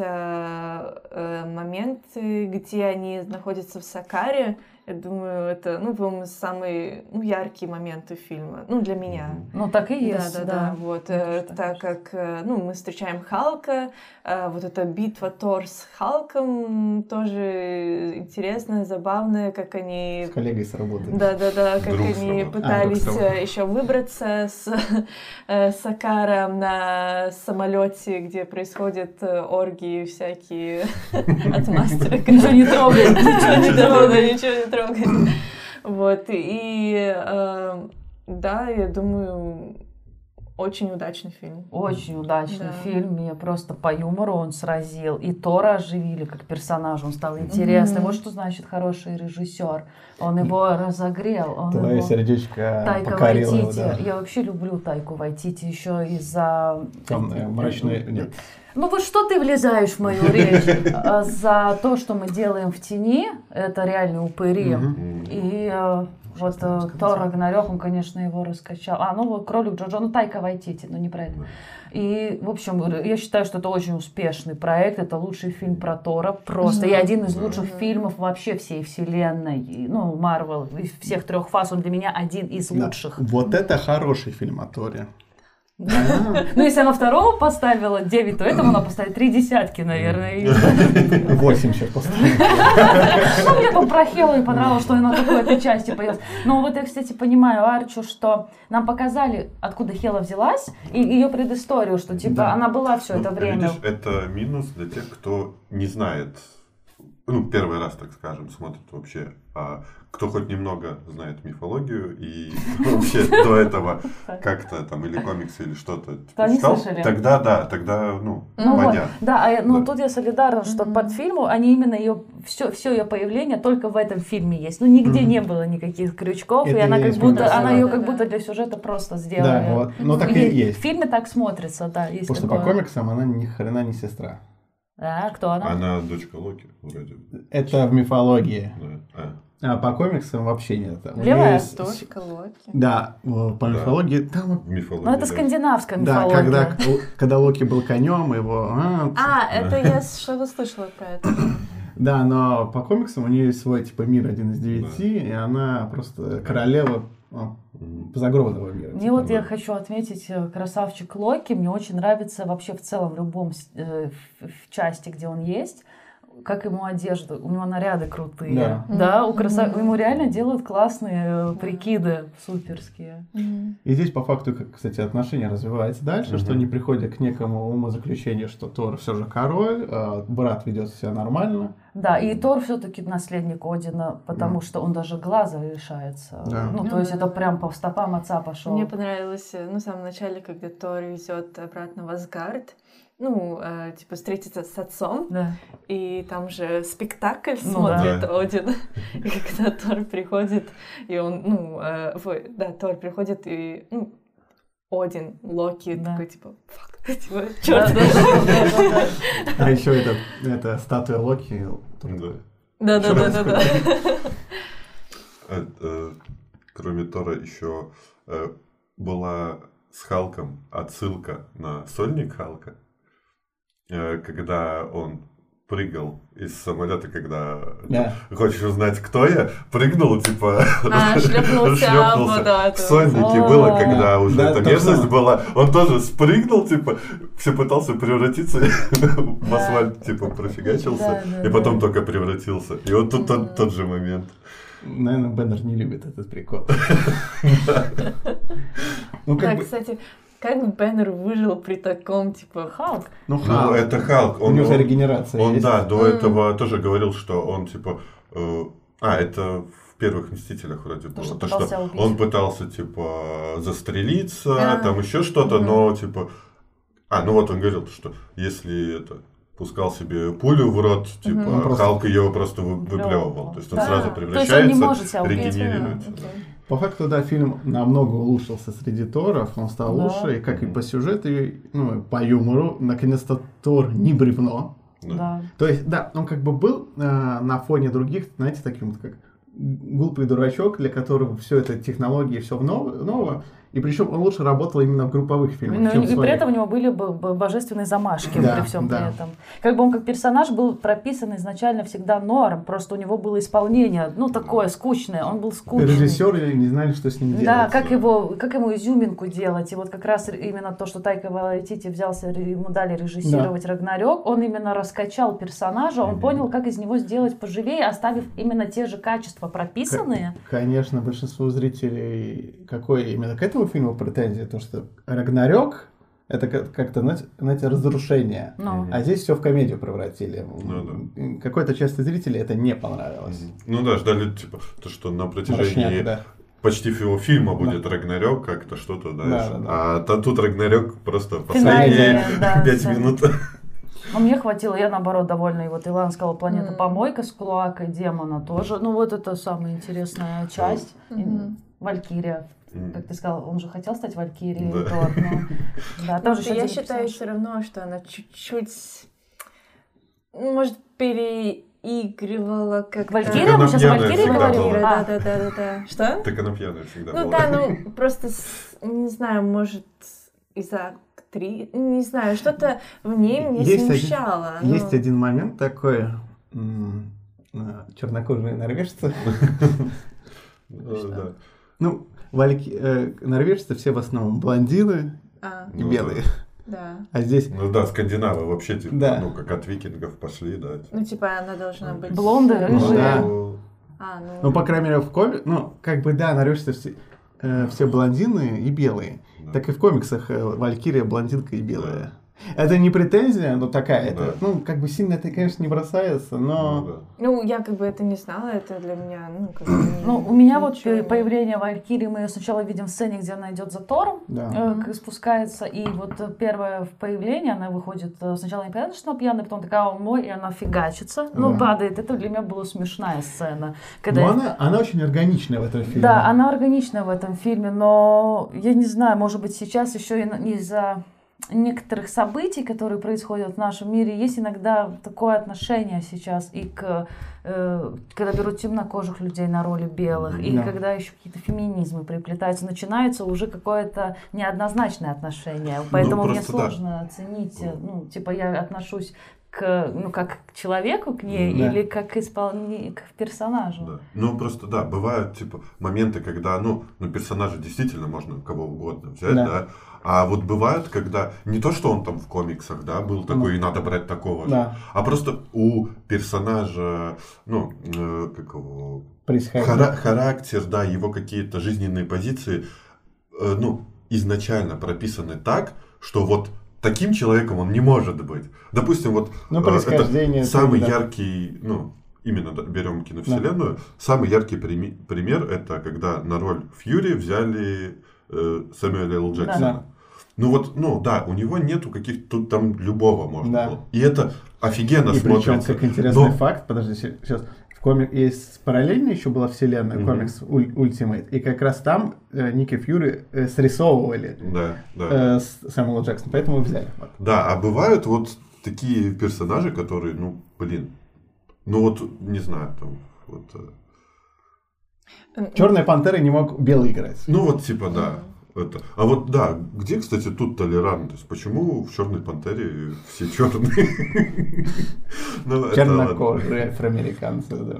э, момент, э, где они находятся в Сакаре. Я думаю, это, ну, по-моему, самые ну, яркие моменты фильма. Ну, для меня. Ну, так и есть, да, да, да. да, вот, Мне э, тоже так так кажется. как, э, ну, мы встречаем Халка, э, вот эта битва Тор с Халком тоже интересная, забавная, как они... С коллегой с работы. Да-да-да, как Друг с они работы. пытались А, друг с работы. еще выбраться с э, Сакаром на самолете, где происходят э, оргии всякие от мастера. Ничего не трогай. Ничего не трогай, ничего не трогай. Вот, и э, да, я думаю, очень удачный фильм. Очень удачный Да. фильм. Меня просто по юмору он сразил. И Тора оживили как персонажа. Он стал интересным. Мгм. Вот что значит хороший режиссер. Он его разогрел. Он Твое его... сердечко Тайка покорило его, Вайтити. да. Я вообще люблю Тайку Вайтити еще из-за... Темное, мрачное... Нет. Ну вот что ты влезаешь в мою речь? А, За то, что мы делаем в тени, это реально упыри. Мгм. И э, вот э, Тор Рагнарёк, он, конечно, его раскачал. А, ну вот Кролик Джоджо, ну Тайка Вайтити, ну не про это. И, в общем, я считаю, что это очень успешный проект. Это лучший фильм про Тора. Просто. И один из лучших фильмов вообще всей вселенной. И, ну, Марвел, из всех трех фаз, он для меня один из Да. лучших. Вот это хороший фильм о Торе. Ну, если она второго поставила девять, то этому она поставит три десятки, наверное. И- Восемь сейчас поставил. Ну, мне там про Хелу и понравилось, что она такой этой части появилась. Но вот я, кстати, понимаю Арчу, что нам показали, откуда Хела взялась, и ее предысторию, что типа Да. она была все Ну, это время. Видишь, это минус для тех, кто не знает, ну, первый раз, так скажем, смотрит вообще, а кто хоть немного знает мифологию и вообще до этого как-то там или комиксы, или что-то То они читал, слышали. тогда да, тогда, ну, Ну вот, понятно. да, а я- ну Да. тут я солидарна, что Мгм. под фильму они именно ее все, все ее появление только в этом фильме есть. Ну нигде Мгм. не было никаких крючков, Это и она и как есть будто, смысл. она ее Да, как да. будто для сюжета просто сделали. Да, вот. Ну так и И есть. В фильме так смотрится, да, есть Просто по такое. комиксам она ни хрена не сестра. А, кто она? Она дочка Локи, вроде. Это в мифологии. Да. А. А по комиксам вообще нет. У Левая? нее есть- Дочка Локи. Да, в- по Да. мифологии. Там, В мифологии. Ну это да. скандинавская да, мифология. когда, когда Локи был конем, его... а, А, это я что-то слышала про это. Да, но по комиксам у нее есть свой типа мир один из девяти, и она просто королева а, Мгм. загробного мира. Мне типа. вот я хочу отметить э, красавчик Локи. Мне очень нравится вообще в целом в любом с- э, в, в части, где он есть, как ему одежда. У него наряды крутые. Да. Да, у краса... Мгм. ему реально делают классные э, прикиды суперские. И здесь по факту, как, кстати, отношения развиваются дальше, Мгм. что они приходят к некому умозаключению, что Тор все же король, а брат ведет себя нормально. Да, и Тор все-таки наследник Одина, потому Да. что он даже глаза лишается. Да. Ну, Ну то есть да. это прям по стопам отца пошел. Мне понравилось, э, ну, в самом начале, когда Тор везет обратно в Асгард, ну, э, типа, встретиться с отцом, Да. и там же спектакль Ну смотрит да. Один. И когда Тор приходит, и он, ну, э, ой, да, Тор приходит, и, ну, Один, Локи, Да. такой, типа, фак, типа, Да, чёрт. да, да, да, да. А еще это, это статуя Локи. Да. Да-да-да-да-да. А, э, Кроме Тора еще э, была с Халком отсылка на сольник Халка, э, когда он прыгал из самолета, когда Да. хочешь узнать, кто я, прыгнул, типа, А, шлепнулся об вот в сольнике было, когда уже Да, эта то местность самое. была, он тоже спрыгнул, типа, все пытался превратиться в асфальт, типа, профигачился, Да, да, и потом да. только превратился. И вот тут тот, тот же момент. Наверное, Беннер не любит этот прикол. Ну, Да, как бы, кстати, как Беннер выжил при таком, типа, Халк. ну, Ну, Халк. это Халк. У Он, него же он- регенерация он, есть. да, до М. этого тоже говорил, что он, типа, э, а, это в первых «Мстителях» вроде было. что То, пытался что убить. он пытался, типа, застрелиться, Да. там еще что-то, Мгм. но, типа... А, ну вот он говорил, что если это пускал себе пулю в рот, типа, Он просто- Халк ее просто вы- Выплевывал. выплевывал. То есть он Да. сразу То есть он не превращается, может себя убить. регенерируется. окей. По факту, да, фильм намного улучшился среди Торов, он стал Да. лучше, и как и по сюжету, и, ну, и по юмору. Наконец-то Тор не бревно. Да. Да. То есть, да, он как бы был э, на фоне других, знаете, таким вот как глупый дурачок, для которого все это технологии, все ново, ново. И причем он лучше работал именно в групповых фильмах, Ну, чем в и при своих. этом у него были бы бы божественные замашки Да, при всем да. при этом. Как бы он как персонаж был прописан изначально всегда норм, просто у него было исполнение, ну, такое скучное, он был скучный. Режиссеры не знали, что с ним делать. Да, как его, как ему изюминку делать. И вот как раз именно то, что Тайка Вайтити взялся, ему дали режиссировать Рагнарёк, он именно раскачал персонажа, он Мгм. понял, как из него сделать поживее, оставив именно те же качества прописанные. Конечно, большинство зрителей какой именно к этому фильму претензия, то что Рагнарёк это как- как-то, знаете, знаете, разрушение. Ну. А здесь все в комедию превратили. Ну Какой-то части зрителей это не понравилось. Ну да, ждали, типа, то, что на протяжении Мрачняк, да. почти всего фильма будет Рагнарёк, как-то что-то, да, Да, еще. да, да. А та- тут Рагнарёк просто Финальная, последние да, пять да. минут. А мне хватило, я наоборот довольна. И вот Илана сказала, планета Мгм. помойка с Клоакой демона тоже. Ну вот это самая интересная часть. И Мгм. Валькирия. М. Как ты сказал, он же хотел стать Валькирией. Да. Тор, ну, да, тоже еще Я один считаю персонаж. все равно, что она чуть-чуть, ну, может, переигрывала как-то. Валькирия? она Мы сейчас пьяная Валькирию всегда говорим? была. А, Да, да, да, да, да. Что? Так она пьяная всегда Ну была. да, ну просто, с- не знаю, может, из-за актрисы, не знаю, что-то в ней меня Есть один- смущало. ну. Есть один момент такой, м, э, чернокожие норвежцы. Ну, да. Ну, вальки- э, норвежцы все в основном блондины А, и Ну, белые. да. А здесь Ну да, скандинавы вообще, типа, Да. ну, как от викингов пошли, да. Ну, типа, она должна быть... Блонды, Ну, рыжие. да. Ну, А, ну... ну, по крайней мере, в коме, ну, как бы, да, норвежцы все, э, все блондины и белые. да. Так и в комиксах э, Валькирия блондинка и белая. Это не претензия, но такая. Да. Это, ну, как бы сильно это, конечно, не бросается, Ну, но... да. Ну, я как бы это не знала, это для меня, ну, как бы... не- Ну, у меня вот ничего не- появление Валькирии, мы ее сначала видим в сцене, где она идет за Тором, Да. э, как спускается, и вот э, первое в появление, она выходит, э, сначала не понятно, что она пьяная, потом такая, он мой, и она фигачится, ну, Да. падает. Это для меня была смешная сцена. Когда Но я- она, она очень органичная в этом фильме. Да, она органичная в этом фильме, но я не знаю, может быть, сейчас еще и на- из-за некоторых событий, которые происходят в нашем мире, есть иногда такое отношение сейчас и к э, когда берут темнокожих людей на роли белых, и Да. когда еще какие-то феминизмы приплетаются, начинается уже какое-то неоднозначное отношение. Поэтому мне просто да. сложно оценить, э, ну, типа я отношусь к, ну, как к человеку к ней Да. или как к, исполни... к персонажу. Да. Ну, просто, да, бывают, типа, моменты, когда, ну, ну, персонажа действительно можно кого угодно взять, Да. да. А вот бывает, когда не то, что он там в комиксах, да, был такой, и надо брать такого же, Да. а просто у персонажа, ну, э, как его, Происходит. хара- характер, да, его какие-то жизненные позиции, э, ну, изначально прописаны так, что вот таким человеком он не может быть. Допустим, вот Ну, э, происхождение. это самый да. яркий, ну, именно да, берем киновселенную, самый яркий прими- пример это когда на роль Фьюри взяли э, Сэмюэля Л. Джексона. Да. Ну вот, ну да, у него нету каких-то тут там любого можно Да. было. И это офигенно И причем, смотрится. как интересный Но- факт, подожди, сейчас. В комик есть параллельно еще была вселенная, Мгм. комикс Уль- Ultimate, и как раз там э, Ники Фьюри э, срисовывали Да, да. э, с Сэмюэла Джексона, поэтому взяли. Вот. Да, а бывают вот такие персонажи, которые, ну, блин, ну вот, не знаю, там, вот, э, Черная пантера не мог белый играть. ну вот, типа, да. Это. А вот да, где, кстати, тут толерантность? Почему в Черной Пантере все черные? Чернокожие афроамериканцы, да.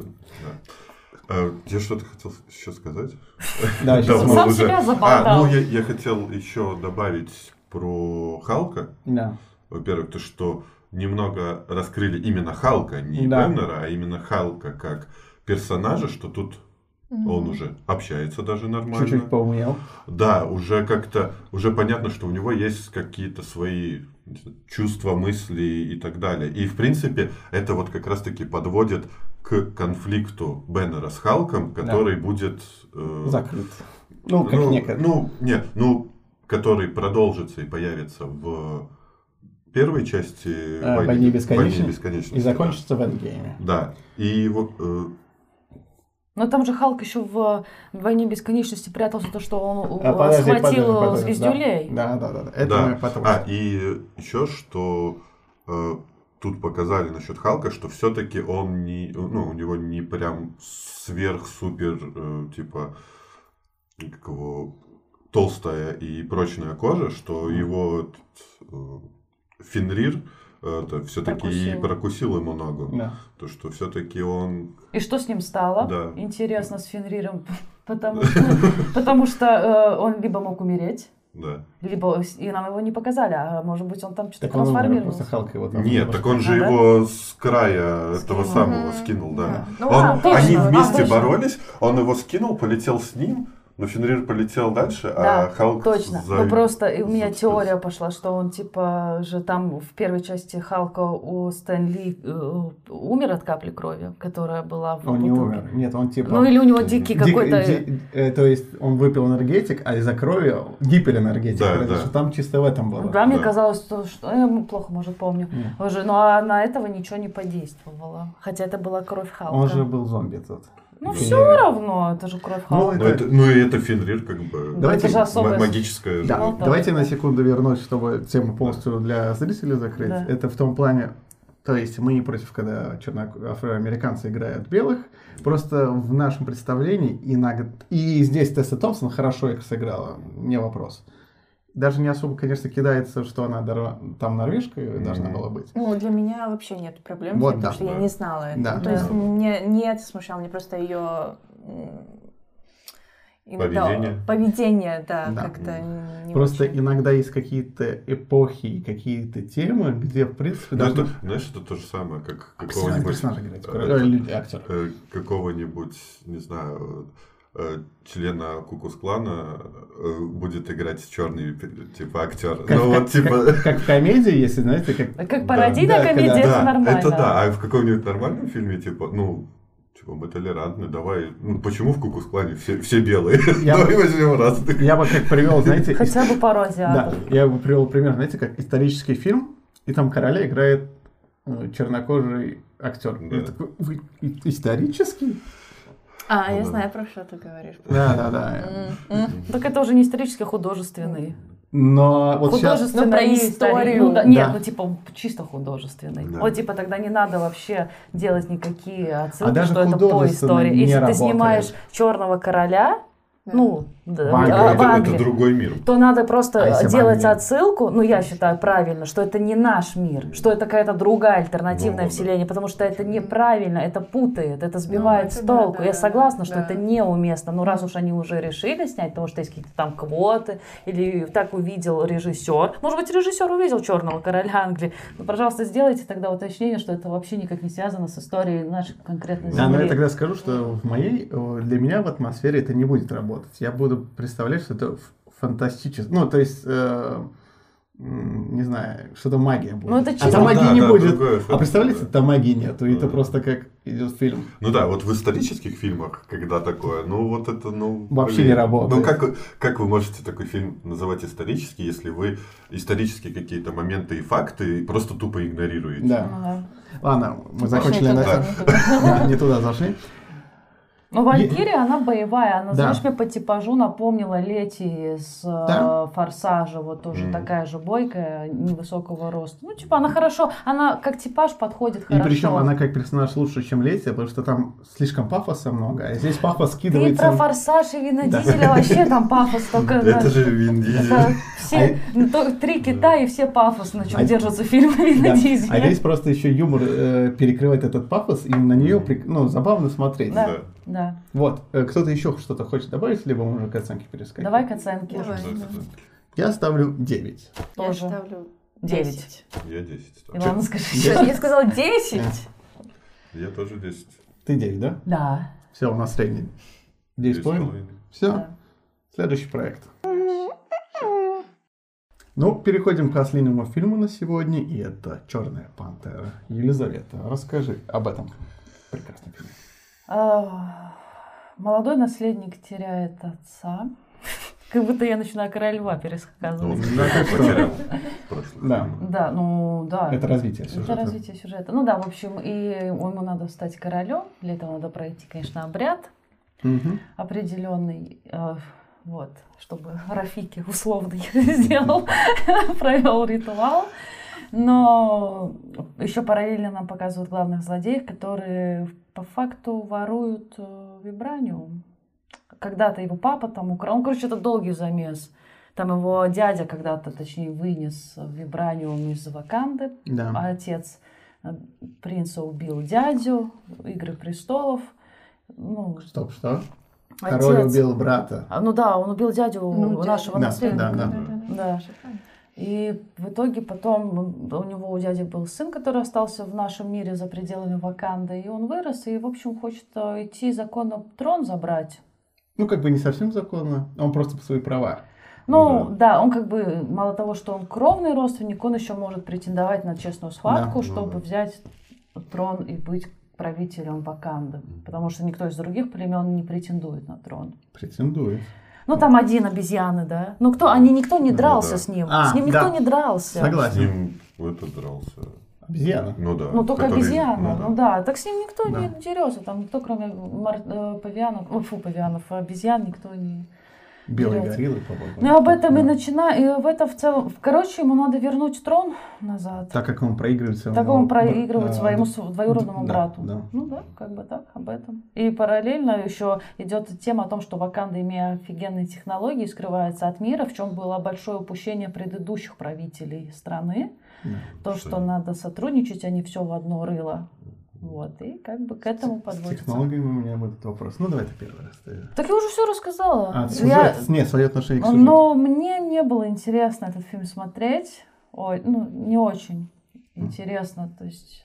Да. Я что-то хотел еще сказать? Да, сейчас мы Сам себя заболтал. А, ну я, я хотел еще добавить про Халка. Да. Во-первых, то, что немного раскрыли именно Халка, не Да. Беннера, а именно Халка как персонажа, что тут mm-hmm. он уже общается даже нормально. Чуть-чуть поумнел. Да, уже как-то, уже понятно, что у него есть какие-то свои чувства, мысли и так далее. И в принципе это вот как раз-таки подводит к конфликту Беннера с Халком, который да. будет... Э, закрыт. Ну, как ну, некогда. Ну, нет, ну, который продолжится и появится в первой части а, «Войны, Войны бесконечности», бесконечности и закончится да. в «Эндгейме». Да, и вот... Э, но там же Халк еще в «Войне бесконечности» прятался, то, что он а, подожди, схватил подожди, подожди, звездюлей. Да, да, да. да. Это да. мы потом... А, и еще что... Э, тут показали насчет Халка, что все-таки он не, ну, у него не прям сверх-супер, э, типа, как его, толстая и прочная кожа, что его э, Фенрир это все-таки и прокусил ему ногу. Да. То, что все-таки он... И что с ним стало? Да. Интересно, с Фенриром. Потому что, потому что э, он либо мог умереть, да. либо и нам его не показали, а может быть он там что-то так трансформировался. Он Халк его там Нет, так он же а, его да? с края этого скинул. самого скинул, да. да. Ну, он, а, точно, они вместе а, боролись, он его скинул, полетел с ним, но Фенрир полетел дальше, да, а Халк... точно. За... Ну просто у меня за... теория пошла, что он типа же там в первой части Халка у Стэн Ли э, умер от капли крови, которая была в Он бутылке. не умер. Нет, он типа... Ну или у него дикий Дик, какой-то... Ди, э, то есть он выпил энергетик, а из-за крови гиперэнергетик. Да, да. Что там чисто в этом было. Да, да. мне казалось, что... что я плохо, может, помню. Mm. Уже, ну а на этого ничего не подействовало. Хотя это была кровь Халка. Он же был зомби тут. Ну Фенрир. Все равно, это же кровь Халка. Ну, это... это, ну и это Фенрир как бы давайте, это же м- магическое. Да. Ну, давайте на секунду вернусь, чтобы тему полностью для зрителей закрыть. Да. Это в том плане, то есть мы не против, когда черно- афроамериканцы играют белых, просто в нашем представлении иногда... И здесь Тесса Томпсон хорошо их сыграла, не вопрос. Даже не особо, конечно, кидается, что она дор... там норвежка mm-hmm. должна была быть. Ну, для меня вообще нет проблем, вот, потому да. что я не знала этого. Да. Ну, то да. есть мне не это смущало, мне просто ее поведение. Поведение, да, да. как-то не Просто очень. иногда есть какие-то эпохи, какие-то темы, где, в принципе, должны... даже... это, знаешь, это то же самое, как а какого-нибудь... персонажа играть, э, люди, актер. Э, какого-нибудь, не знаю... члена Ку-клукс-клана будет играть черный типа актер. Как, ну, как, вот, типа... как, как в комедии, если знаете, как. Как пародийная да, комедия, когда... это да, нормально. Это да. А в каком-нибудь нормальном фильме, типа, ну, типа, мы толерантны, давай. Ну, почему в Ку-клукс-клане все, все белые? Я давай бы, возьмем разных. Я бы как привел, знаете. Хотя бы пару азиатов. Да, я бы привел пример, знаете, как исторический фильм, и там короля играет э, чернокожий актер. Да. Я такой, вы исторический? А, я да. знаю, про что ты говоришь. Да, да, да. Mm-hmm. Так это уже не исторический, а художественный. Но вот сейчас... Художественный Ну, про и историю. Ну, да, нет, Да. ну типа чисто художественный. Да. Вот типа тогда не надо вообще делать никакие отсылки, А даже что это по художественно истории. не Если ты работает. снимаешь черного короля, ну, да, В Англии. а, в это, это Англии, другой мир. то надо просто А если в делать Англии? отсылку, ну я считаю правильно, что это не наш мир, что это какая-то другая альтернативная Ну, да. вселенная, потому что это неправильно, это путает, это сбивает Ну, это с да, толку. да, Я да, согласна, да, что да. это неуместно, но раз уж они уже решили снять, потому что есть какие-то там квоты, или так увидел режиссер, может быть, режиссер увидел «Черного короля Англии», ну, пожалуйста, сделайте тогда уточнение, что это вообще никак не связано с историей нашей конкретной земли. Да, но я тогда скажу, что в моей, для меня в атмосфере это не будет работать. Я буду представлять, что это фантастически, ну, то есть, э, не знаю, что-то магия будет. Ну, это а чисто- там магии Да, не да, будет. другое, А представляете, да. там магии нету, и это Да. просто как идет фильм. Ну да, вот в исторических фильмах, когда такое, ну вот это, ну... Вообще блин. не работает. Ну как, как вы можете такой фильм называть исторический, если вы исторические какие-то моменты и факты просто тупо игнорируете? Да. Ага. Ладно, мы Пошли закончили на туда, этом. не туда. Да, не туда зашли. Ну, Валькирия, она боевая, она, Да. знаешь, мне по типажу напомнила Лети с Да. э, Форсажа, вот тоже Мгм. такая же бойкая, невысокого роста. Ну, типа, она хорошо, она как типаж подходит И хорошо. причем она как персонаж лучше, чем Лети, потому что там слишком пафоса много, а здесь пафос Ты скидывается. про Форсаж и Вина Да. Дизеля вообще там пафос только... Это же Вин Дизель. Это все, ну, то- три кита и все пафос, на чем А- держатся фильмы Вина Да. Дизеля. А здесь просто еще юмор э, перекрывает этот пафос, и на нее Мгм. ну, забавно смотреть. Да. Да. Да. Вот, э, кто-то еще что-то хочет добавить, либо мы уже к оценке перескакиваем? Давай к оценке. Давай. Да, да, да. Я ставлю девять. Я Тоже. ставлю Девять. десять. Я десять ставлю. Илона, скажи. Десять. Я сказала десять. Я тоже десять. Ты девять, да? Да. Все, у нас средний. девять с половиной. Все, Да. следующий проект. Ну, переходим к последнему фильму на сегодня, и это «Черная пантера». Елизавета, расскажи об этом прекрасном фильме. А, Молодой наследник теряет отца. Как будто я начинаю «Короля льва» Ну, пересказывать. Да, так что- потерял в прошлых Да. фильмах. Да, ну да. Это развитие сюжета. Это развитие сюжета. Ну да, в общем, и ему надо стать королем. Для этого надо пройти, конечно, обряд Мгм. определенный. э, Вот, чтобы Рафики условный сделал, провел ритуал. Но еще параллельно нам показывают главных злодеев, которые по факту воруют э, вибраниум. Когда-то его папа там украл. Ну, короче, это долгий замес. Там его дядя когда-то, точнее, вынес вибраниум из Ваканды, Да. а отец э, принца убил дядю, Игры престолов. Ну, Стоп, что? Король отец- убил брата. А, Ну да, он убил дядю Ну, нашего да, наследника. да, Да. И в итоге потом у него, у дяди был сын, который остался в нашем мире за пределами Ваканды, и он вырос, и, в общем, хочет э, идти законно трон забрать. Ну, как бы не совсем законно, он просто по свои права. Ну, да. он как бы, мало того, что он кровный родственник, он еще может претендовать на честную схватку, Да. чтобы Ну да. взять трон и быть правителем Ваканды. Потому что никто из других племен не претендует на трон. Претендует. Ну, там один обезьяны, да. Ну, кто? Они, никто не Ну, дрался да. с ним. А, с ним никто да. не дрался. С Согласен. ним этот дрался. Обезьяна. Ну да. Ну, только который- обезьяна. Ну да. Так с ним никто Да. не дерется. Там никто, кроме мар- э, павианов, ой, фу, павианов, обезьян, никто не... Белые Дерется. гориллы, по-моему. Ну, и об этом Да. и начинаю. И в это в целом... Короче, ему надо вернуть трон назад. Так как он проигрывает своему... Так он бра- проигрывает э, своему с- двоюродному да, брату. да. Ну да, как бы так, об этом. И параллельно еще идет тема о том, что Ваканда, имея офигенные технологии, скрывается от мира, в чем было большое упущение предыдущих правителей страны. Да. То, что надо сотрудничать, а не все в одно рыло. Вот, и как бы к этому С подводится. технологиями у меня будет вопрос. Ну, давай ты первый раз. Ты... Так я уже все рассказала. А, Я- сюжет? Нет, свое отношение к сюжету. Но мне не было интересно этот фильм смотреть. Ой, ну, не очень интересно. То есть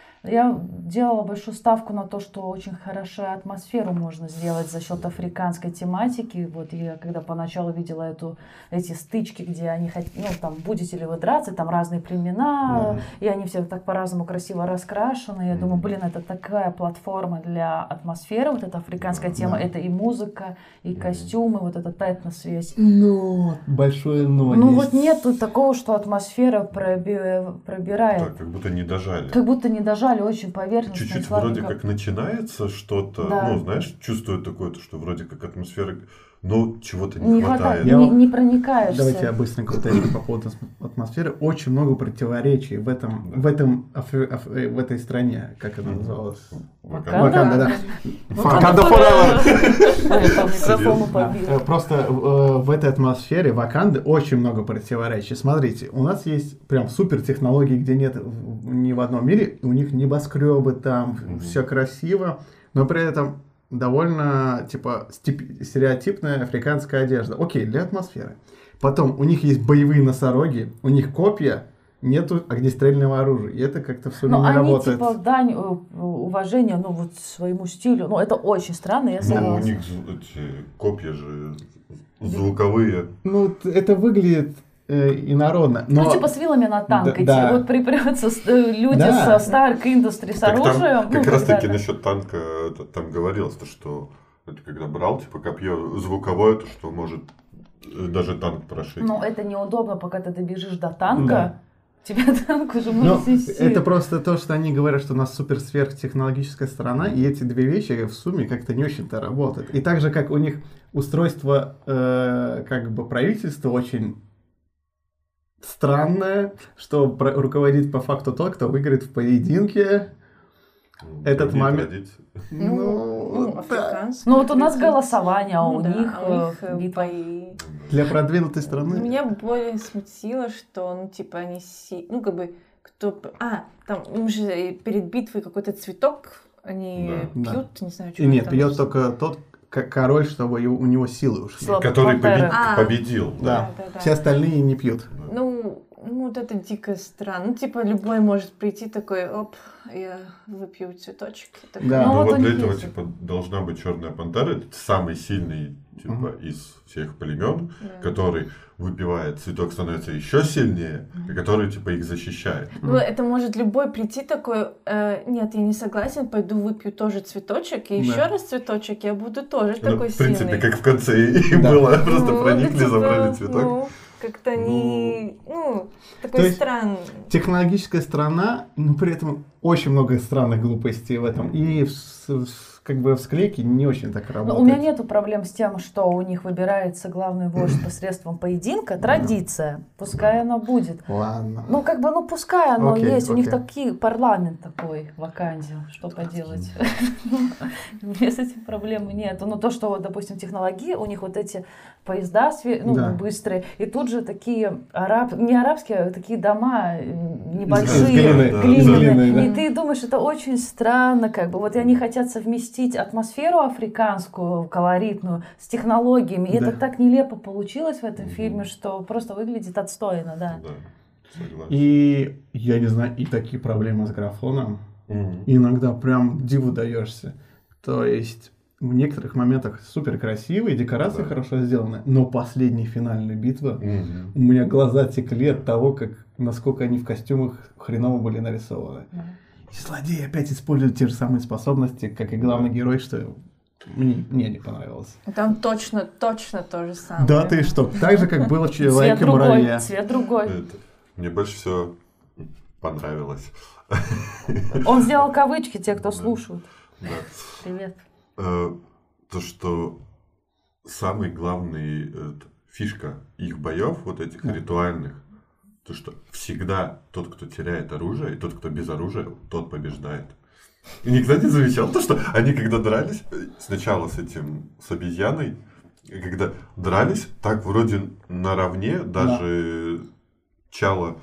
я делала большую ставку на то, что очень хорошую атмосферу можно сделать за счет африканской тематики. Вот я когда поначалу видела эту, эти стычки, где они хотят, ну там, будете ли вы драться, там разные племена, Мгм. и они все так по-разному красиво раскрашены. Я думаю, блин, это такая платформа для атмосферы, вот эта африканская тема, Да. это и музыка, и костюмы, вот этот этнос-весь. Ну, большое но. Ну есть. вот нету такого, что атмосфера проби- пробирает. Так, как будто не дожали. Как будто не дожали, очень поверхностно. и Чуть-чуть вроде слабенько. как начинается что-то, Да. ну, знаешь, чувствует такое-то, что вроде как атмосфера, но чего-то не, Не хватает. хватает, Я не, вам- не проникаешься. Давайте я быстренько уточню по поводу атм- атмосферы. Очень много противоречий в этом, в этом, афри- аф- э, в этой стране, как она называлась? Ваканда? Ваканда, да. Ваканда Ваканда forever. Ой, я там микрофон Серьезно? побил. Э, Просто э, в этой атмосфере Ваканды очень много противоречий. Смотрите, у нас есть прям супер технологии, где нет в- ни в одном мире. У них небоскребы там, Мгм. все красиво, но при этом довольно типа степ- стереотипная африканская одежда. Окей, для атмосферы. Потом у них есть боевые носороги, у них копья, нету огнестрельного оружия. И это как-то все Ну, не они работает. типа дань э, уважения, ну вот своему стилю. Ну, это очень странно, я Ну, у согласна. них зв- эти копья же звуковые. Ну, т- это выглядит э, инородно. Но... Ну, типа с вилами на танк Да, идти. да. Вот припрется с- э, люди Да. со Stark Industries с Так там оружием. как ну, раз таки когда-то. насчет танка, это, там говорилось, то, что это когда брал, типа, копье звуковое, то, что может э, даже танк прошить. Но это неудобно, пока ты добежишь до танка. Да. Тебя танк уже Но может снести. это просто то, что они говорят, что у нас супер сверхтехнологическая страна, и эти две вещи в сумме как-то не очень-то работают. И так же, как у них устройство э, как бы правительства очень странное, что про- руководит по факту тот, кто выиграет в поединке. Этот Другие момент. традиции. Ну, ну, да. африканцы. Ну вот у нас голосование, а Ну у да, них а у них, э, э, битва. бои. Для продвинутой страны. Меня более смутило, что, ну, типа, они, си... ну, как бы, кто... п- А, там, им же перед битвой какой-то цветок они Да. пьют, не знаю, что И нет, там. пьет только тот к- король, чтобы его- у него силы ушли. Слабо. Который Пантеры. побед- А. победил. Да. Да, да, да. Все остальные не пьют. Ну, ну, вот это дико странно. Ну, типа, любой может прийти такой, оп, я выпью цветочек. И такой, Да. Ну, Но вот вот у для них этого есть. типа должна быть черная пантера, это самый сильный типа Мгм. из всех племен, да. который выпивает, цветок становится еще сильнее, и который типа их защищает. Ну, это может любой прийти такой, «Э, нет, я не согласен, пойду выпью тоже цветочек, и Да. еще раз цветочек, я буду тоже Ну, такой в принципе, сильный. как в конце и Да. было, просто Ну, проникли, типа, забрали цветок. Ну, как-то не... Ну, То такой есть странный. Технологическая страна, но при этом очень много странных глупостей в этом. И в, с- в- как бы в склейке не очень так Ну, работает. у меня нету проблем с тем, что у них выбирается главный вождь посредством поединка. Традиция. Пускай она будет. Ладно. Ну, как бы, ну, пускай оно Окей, есть. У них окей. такие, парламент такой в Ваканде. Что поделать? У меня с этим проблемы нет. Ну, то, что, вот, допустим, технологии, у них вот эти поезда све- ну, Да. быстрые, и тут же такие араб... не арабские, а такие дома э, Из небольшие, глины, да. глиняные. Из глины, да. И ты думаешь, это очень странно, как бы. Вот и они хотят совместить атмосферу африканскую, колоритную, с технологиями. И Да. это так нелепо получилось в этом Мгм. фильме, что просто выглядит отстойно, да. Да, согласен. И я не знаю, и такие проблемы с графоном. Мгм. Иногда прям диву даешься. То есть в некоторых моментах супер красивые, декорации Да. хорошо сделаны, но последняя финальная битва, Мгм. у меня глаза текли от того, как насколько они в костюмах хреново были нарисованы. Да. И злодеи опять используют те же самые способности, как и главный герой, что мне, мне не понравилось. Там точно, точно то же самое. Да ты что, так же, как было в Цвет Человеке другой, муравье. цвет другой. Это- Мне больше всего понравилось. Он сделал кавычки, те, кто Да. слушают. Да. Привет. Э, То, что самый главный э, т- фишка их боев, вот этих Да. ритуальных, то, что всегда тот, кто теряет оружие, и тот, кто без оружия, тот побеждает. И никто не замечал то, что они когда дрались, э, сначала с этим, с обезьяной, и когда дрались, так вроде наравне, даже Чало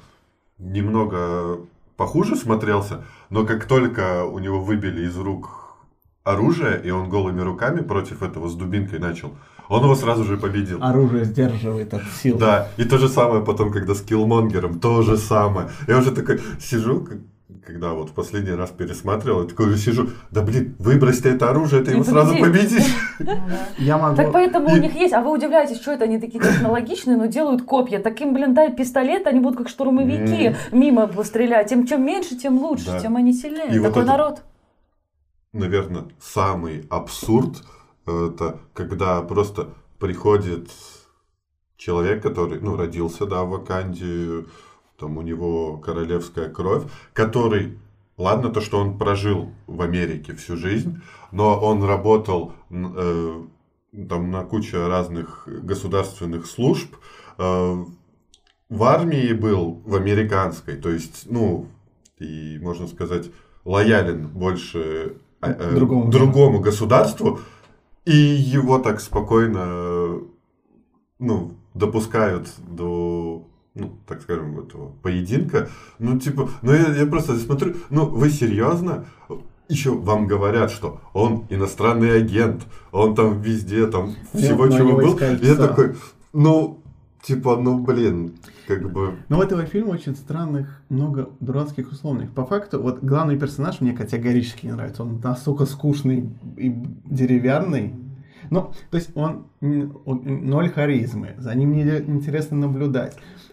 немного похуже смотрелся, но как только у него выбили из рук оружие, и он голыми руками против этого с дубинкой начал, он его сразу же победил. Оружие сдерживает от сил. Да, и то же самое потом, когда с Киллмонгером, то же самое. Я уже такой сижу, к- когда вот в последний раз пересматривал, я такой уже сижу, да блин, выбрось ты это оружие, ты И его сразу победишь. победишь. Ну да. Я могу... Так поэтому у И- них есть, а вы удивляетесь, что это они такие технологичные, но делают копья. Таким, блин, дай пистолет, они будут как штурмовики мимо стрелять. Тем чем меньше, тем лучше, Да. тем они сильнее. И вот Такой это- народ. Наверное, самый абсурд, это когда просто приходит человек, который, ну, родился, да, в Ваканде, там у него королевская кровь, который, ладно, то, что он прожил в Америке всю жизнь, но он работал н- э, там на куче разных государственных служб, э, в армии был, в американской, то есть, ну, и, можно сказать, лоялен больше э, э, Другому. другому государству, и его так спокойно, ну, допускают до, ну, так скажем, этого поединка. Ну, типа, ну, я, я просто смотрю, ну, вы серьезно? Еще вам говорят, что он иностранный агент, он там везде, там, всего, но у чего него был. есть кольцо. Я такой, ну, типа, ну, блин, как бы... Но у этого фильма очень странных, много дурацких условных. По факту, вот главный персонаж мне категорически не нравится. Он настолько скучный и деревянный. Ну, то есть он, н- он ноль харизмы, за ним не интересно наблюдать.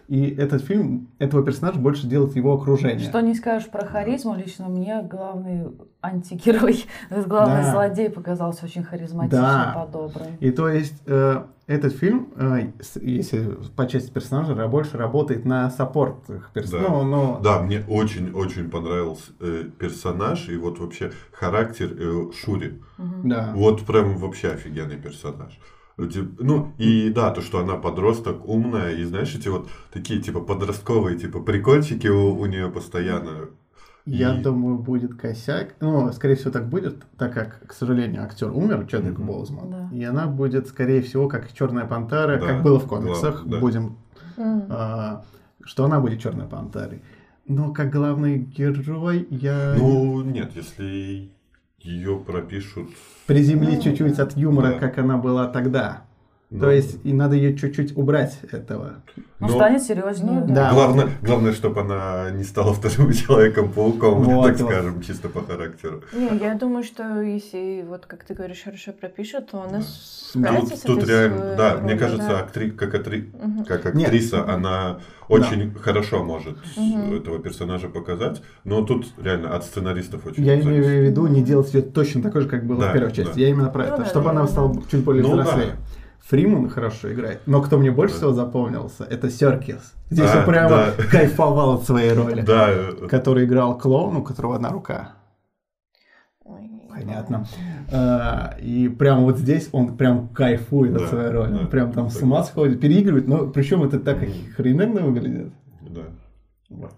И этот фильм, этого персонажа больше делает его окружение. Что не скажешь про харизму, лично мне главный антигерой, главный Да. злодей показался очень харизматичным, Да. по-добрым. И то есть э, этот фильм, э, с- если по части персонажа, ра- больше работает на саппортах персонажей. Да. Ну, ну, Да, мне очень-очень понравился э, персонаж и вот вообще характер э, Шури. да. Вот прям вообще офигенный персонаж. Тип- Ну, и да, то, что она подросток, умная, и знаешь, эти вот такие, типа, подростковые, типа, прикольчики у, у нее постоянно. Я И- думаю, будет косяк. Ну, скорее всего, так будет, так как, к сожалению, актер умер, Чедвик Мгм. Боузман. Да. И она будет, скорее всего, как Черная пантера, Да, как было в комиксах, глав- да. будем, М. а, что она будет Черной пантерой. Но как главный герой я Ну, нет, если ее пропишут... приземли чуть-чуть от юмора, Да. как она была тогда. ну, То есть, и надо ее чуть-чуть убрать этого. Ну, но станет серьезнее. Ну, Да. Главное, главное, чтобы она не стала вторым Человеком-пауком, Вот, так вот. скажем, чисто по характеру. Не, я думаю, что если, вот как ты говоришь, хорошо пропишут, то она Да. справится Тут, с тут этой реально, своей да, ролью, мне кажется, да. актри, как, актри, Мгм. как Нет. актриса, она очень хорошо может Мгм. этого персонажа показать, но тут реально от сценаристов очень Я зависит. имею в виду не делать ее точно такой же, как было Да, в первой части. да. Я именно про Ну это, да, чтобы да, она да. стала чуть более Ну да. взрослее. Фриман хорошо играет. Но кто мне больше Да. всего запомнился, это Серкис. Здесь А, он прямо да. кайфовал от своей роли. Да, э, Который играл клоун, у которого одна рука. Ой, не Понятно. А, И прямо вот здесь он прям кайфует от Да, своей роли. да. Он прям там с ума сходит, переигрывает. Но причем это так охрененно выглядит. да. Вот.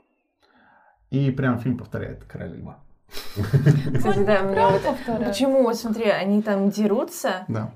И прям фильм повторяет «Короля льва». Кстати, да, мне Прям вот... повторяю. Почему, вот смотри, они там дерутся, Да.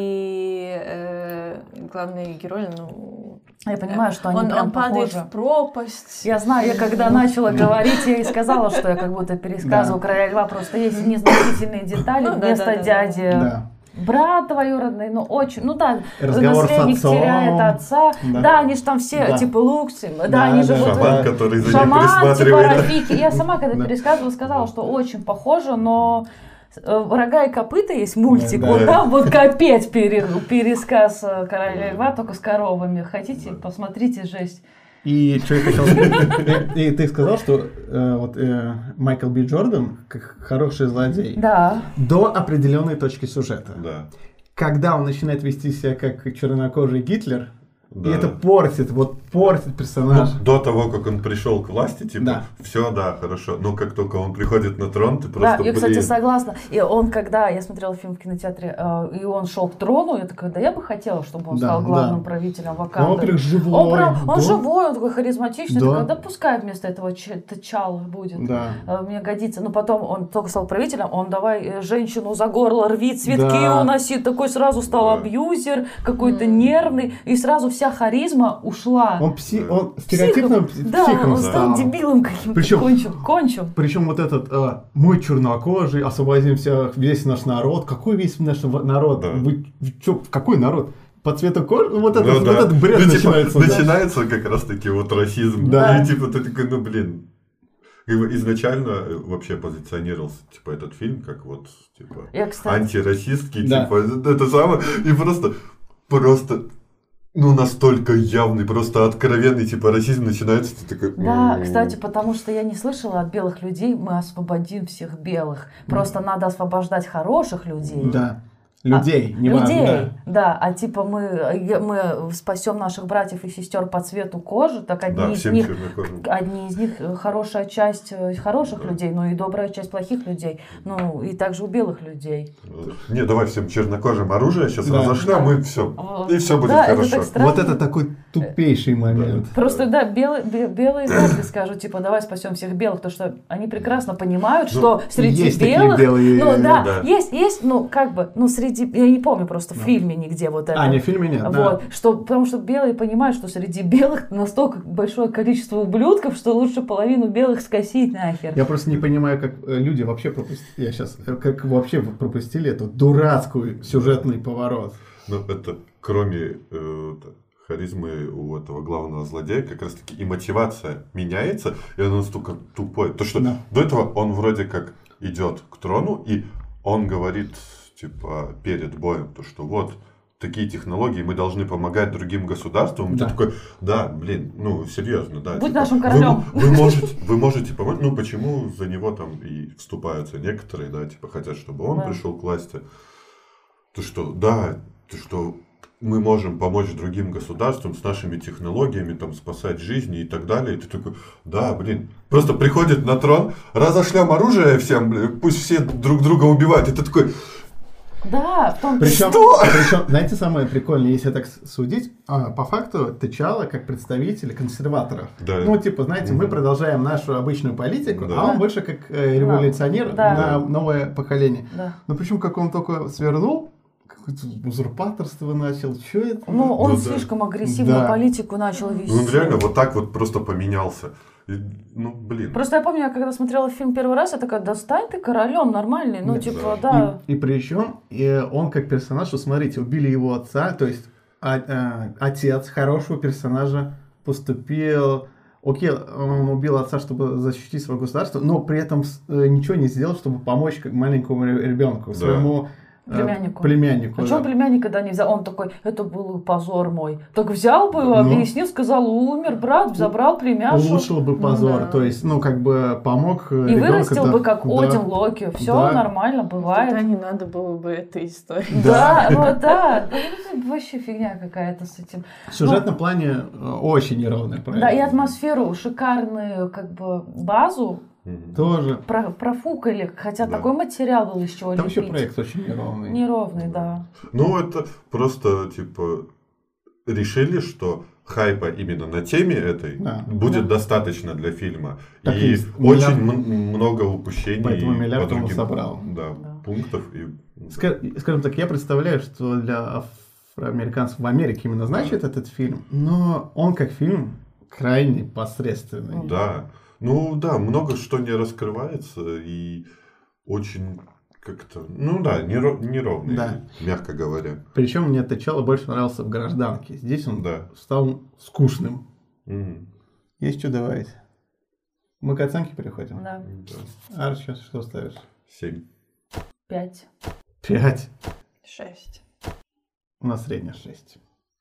и э, главный герой, ну... Я понимаю, что они он, прям он падает похожи. в пропасть. Я знаю, я когда начала говорить, я и сказала, что я как будто пересказываю Да. «Короля льва», просто есть незначительные детали Ну, да, вместо да, да, да. дяди. Да. Брат двоюродный, ну очень, ну да, Разговор с наследник отцом. теряет отца, Да. да, они же там все, Да. типа Лукси, да, Да, они да. живут... Шаман, который за ним Шаман, типа присматривает. Рафики. Я сама, когда Да. пересказывала, сказала, что очень похоже, но э, «Рога и копыта» есть мультик, Да. вот там вот капец пере- пересказ э, «Короля льва», только с коровами. Хотите, посмотрите, жесть. И что я хотел сказать? И ты сказал, что э, вот э, Майкл Би Джордан как хороший злодей Да. до определенной точки сюжета. Да. Когда он начинает вести себя как чернокожий Гитлер, и Да. это портит, вот портит Ну, персонажа. до того, как он пришел к власти, типа, Да. все, да, хорошо. Но как только он приходит на трон, ты Да, просто, я, кстати, блин. согласна. И он, когда я смотрела фильм в кинотеатре, э, и он шел к трону, я такая, да я бы хотела, чтобы он Да, стал главным да. правителем Он, Ваканды. во-первых, живой. Он, прям, он да, живой, он такой харизматичный, Да. такой, да пускай вместо этого Ч- T'Challa будет. Да. Э, Мне годится. Но потом он только стал правителем, он давай э, женщину за горло рви, цветки Да. уносит, такой сразу стал Да. абьюзер, какой-то М. нервный, и сразу вся харизма ушла. Он, пси... Да. он стереотипным Психом. Да, психом он стал стал. дебилом каким-то, Причем- кончил, кончил. Причем вот этот э, мой чернокожий, освободим вся, весь наш народ. Какой весь наш в- народ? Да. Вы, вы чё, какой народ? По цвету кожи? Вот, это, Ну вот да. этот бред Ну, типа, начинается. да. начинается как раз таки вот расизм. Да. И типа ты такой, ну блин. Как бы изначально э, вообще позиционировался типа этот фильм как вот типа Я, кстати, антирасистский, Да. типа это самое, и просто просто ну настолько явный, просто откровенный типа расизм начинается, ты такой. Да, «М». кстати, потому что я не слышала от белых людей, мы освободим всех белых. Просто надо освобождать хороших людей. Да. Людей, не Людей, важно. да. А типа мы, э, мы спасем наших братьев и сестер по цвету кожи, так одни Да, из всем них, чернокожим. одни из них э, хорошая часть э, хороших людей, но и добрая часть плохих людей. Ну и также у белых людей. Не, давай всем чернокожим оружие сейчас Да. разошлем, и все. Вот. И все будет Да, это хорошо. так странно. Вот это такой тупейший момент. Просто, да, белые, бе- белые вряд ли скажут, типа, давай спасем всех белых, потому что они прекрасно понимают, что среди есть такие белых... белые, ну, да, да. есть, есть, ну, как бы, ну, среди... Я не помню просто в Да. фильме нигде вот это. А, не в фильме нет, да. Вот, что, потому что белые понимают, что среди белых настолько большое количество ублюдков, что лучше половину белых скосить нахер. Я просто не понимаю, как э, люди вообще пропустили, я сейчас, как вообще пропустили эту дурацкую сюжетный поворот. Ну, это кроме э, т- харизмы у этого главного злодея, как раз таки и мотивация меняется, и он настолько тупой. То, что Да. до этого он вроде как идет к трону, и он говорит, типа, перед боем, то, что вот, такие технологии, мы должны помогать другим государствам. Да. Ты такой, да, блин, ну серьезно, да. Будь типа, нашим королем. Вы, вы можете, вы можете помочь. Ну почему за него там и вступаются некоторые, да, типа хотят, чтобы он Да. пришел к власти. Ты что, да, ты что, мы можем помочь другим государствам с нашими технологиями, там, спасать жизни и так далее. И ты такой, да, блин, просто приходит на трон, разошлем оружие всем, блин, пусть все друг друга убивают. И ты такой, Да, в том Причем, Что? причем, знаете, самое прикольное, если так судить, а, по факту T'Challa как представитель консерваторов. Да. Ну, типа, знаете, мы Мгм. продолжаем нашу обычную политику, Да. а он больше как э, революционер Да. на новое поколение. Да. Но причем, как он только свернул, какое-то узурпаторство начал, что это? Ну, он Ну да. слишком агрессивную Да. политику начал вести. ну он реально вот так вот просто поменялся. И, ну, блин. Просто я помню, я когда смотрела фильм первый раз, я такая, да стань ты королем нормальный. Ну, Да. типа, да. И, и причем и он как персонаж, что смотрите, убили его отца, то есть а- а, отец хорошего персонажа поступил, окей, он убил отца, чтобы защитить свое государство, но при этом с- э, ничего не сделал, чтобы помочь как маленькому ре- ребенку, Да. своему э, Племяннику. племяннику, А что да. племянника да не взял? Он такой, это был позор мой. Так взял бы, Ну. объяснил, сказал, умер брат, забрал племяшу. Улучшил бы позор, да. то есть, ну, как бы помог э, И ребенку, вырастил да, бы, как да. Один Локи. Все Да. нормально, бывает. Тогда не надо было бы этой истории. Да, вот да. Да, это вообще фигня какая-то с этим. В сюжетном плане э, очень неровный проект. Да, и атмосферу, шикарную как бы базу Мгм. Тоже. про- профукали. Хотя Да. такой материал был из чего Там еще лепить. проект очень неровный. Неровный, да. Ну, это просто, типа, решили, что хайпа именно на теме этой Да. будет Да. достаточно для фильма. Так и и есть. очень Миллиард. м- много упущений Поэтому миллиард по он другим собрал. да, Да. пунктов. И... Ска- Скажем так, я представляю, что для афроамериканцев в Америке именно значит этот фильм, но он как фильм крайне посредственный. Да. Ну да, много что не раскрывается и очень как-то, ну да, неро- неровный, Да. мягко говоря. Причем мне T'Challa больше нравился в «Гражданке». Здесь он Да. стал скучным. Мгм. Есть что добавить? Мы к оценке переходим? Да. Да. Арч, что ставишь? Семь. Пять. Пять. Шесть. У нас средняя шесть.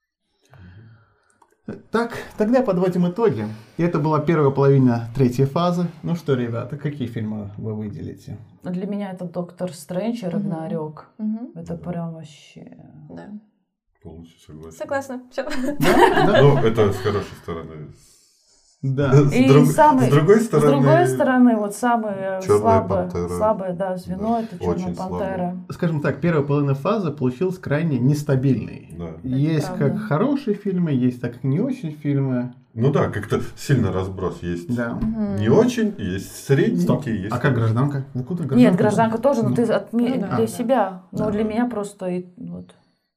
Так, тогда подводим итоги. И это была первая половина третьей фазы. Ну что, ребята, какие фильмы вы выделите? Для меня это Доктор Стрэндж и Рагнарёк. Мгм. Это прям вообще... Да. Полностью согласен. Согласна. Все. Да? Ну, это с хорошей стороны. Да. С, И друг- самый- с другой стороны, С другой стороны, вот самое Чёрная слабое, пантера. слабое да, звено Да, это Черная очень пантера. Скажем так, первая половина фазы получилась крайне нестабильной. да. Есть правда. как хорошие фильмы, есть так как не очень фильмы. Ну да, как-то сильно разброс есть. Да. Не очень, есть средненькие, Стоп. есть. А как «Гражданка»? Вы куда Нет, гражданка тоже, но Ну, ты отме- Ну да. для А. себя. Но Да. для меня просто и, вот.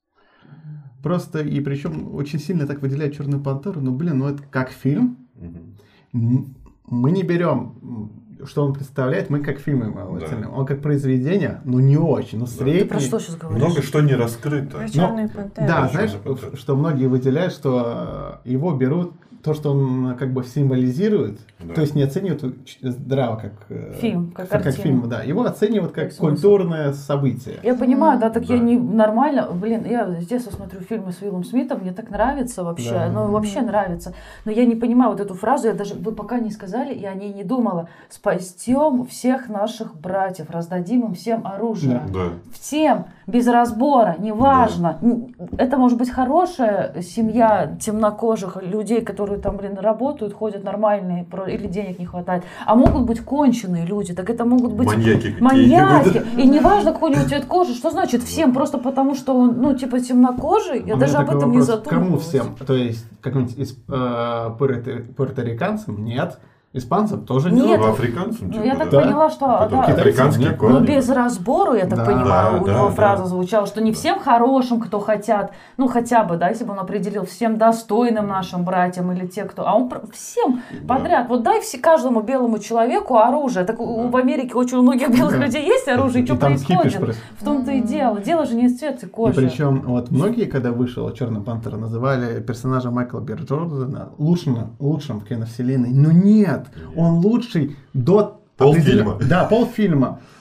Просто, и причем очень сильно так выделяют «Черную пантеру», но, блин, ну это как фильм. Мгм. М, Мы не берем, м, что он представляет, мы как фильм его Да. оценим. Он как произведение, ну не очень, ну Да. средний. Ты про что сейчас говоришь? Много что не раскрыто. Про черную пантеру. Да, Черная знаешь, пантера. что многие выделяют, что э, его берут, то, что он как бы символизирует, Да. то есть не оценивают ч- здраво как э, Фильм, как как, картину. фильм, да. Его оценивают как Как смысл. культурное событие. Я понимаю, да, так я Да. не нормально. Блин, я с детства смотрю фильмы с Уиллом Смитом, мне так нравится вообще, Да. ну вообще нравится. Но я не понимаю вот эту фразу, я даже, вы пока не сказали, я о ней не думала. Спастем всех наших братьев, раздадим им всем оружие. Да. Всем, без разбора, неважно. Н- Это может быть хорошая семья темнокожих людей, которые там, блин, работают, ходят нормальные, про- или денег не хватает. А могут быть конченые люди, так это могут быть Маньяки маньяки. какие-нибудь. И неважно, какой у него цвет кожи, что значит всем, просто потому что он, ну, типа, темнокожий, я У меня даже об такой этом не вопрос, Кому задумывалась. всем? То есть, каким-нибудь из, э, пуэрто- пуэрториканцам? Нет. Испанцам тоже Нет. нет. Ну, африканцам, Ну, типа, я так да. поняла, что Потом да, китайцам африканские нет. корни. ну, без разбору, я так Да. понимаю, Да, у да, него да. фраза звучала, что не всем хорошим, кто хотят, ну хотя бы, да, если бы он определил всем достойным нашим братьям или те, кто, а он про- всем Да. подряд, вот дай все, каждому белому человеку оружие, так у- Да. в Америке очень у многих белых Да. людей есть оружие, и что И там кипиш происходит? происходит. В том-то и дело, дело же не в цвете И кожи. причем, вот многие, когда вышла «Черная пантера», называли персонажа Майкла Б. Джордана лучшим, лучшим в киновселенной. Но нет, он лучший до... Полфильма. определен- Да, полфильма.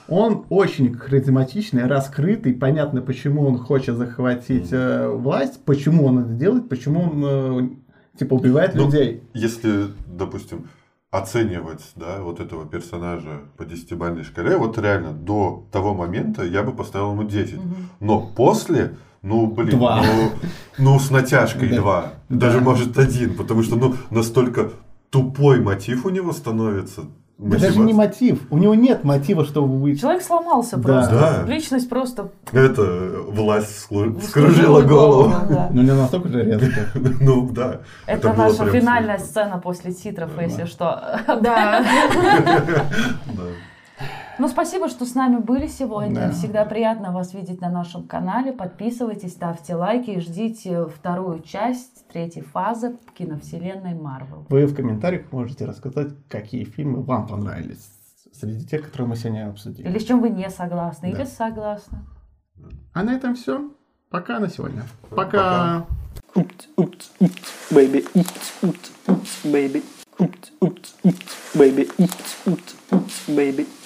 Он очень харизматичный, раскрытый, понятно, почему он хочет захватить э, власть, почему он это делает, почему он э, типа убивает Ну, людей. Если, допустим, оценивать, да, вот этого персонажа по десятибалльной шкале, вот реально до того момента я бы поставил ему десять. Но после, ну, блин, Два. ну, ну, с натяжкой Да. два, даже может один, потому что, ну, настолько тупой мотив у него становится. Да даже не мотив. У него нет мотива, чтобы быть. Человек сломался Да. просто. Да. Личность просто Это власть склу- вскружила скружила голову. да. Ну, не настолько же резко. Ну, да. Это, было наша прям финальная супер. сцена после титров, Да. если что. Да. Да. Ну, спасибо, что с нами были сегодня. Да. Всегда приятно вас видеть на нашем канале. Подписывайтесь, ставьте лайки и ждите вторую часть третьей фазы киновселенной Марвел. Вы в комментариях можете рассказать, какие фильмы вам понравились среди тех, которые мы сегодня обсудили. Или с чем вы не согласны, Да. или согласны. А на этом все. Пока на сегодня. Пока. Пока. Oops, oops, oops, baby, oops, oops, oops, baby. Oops, oops, oops, baby, oops, oops, oops, baby.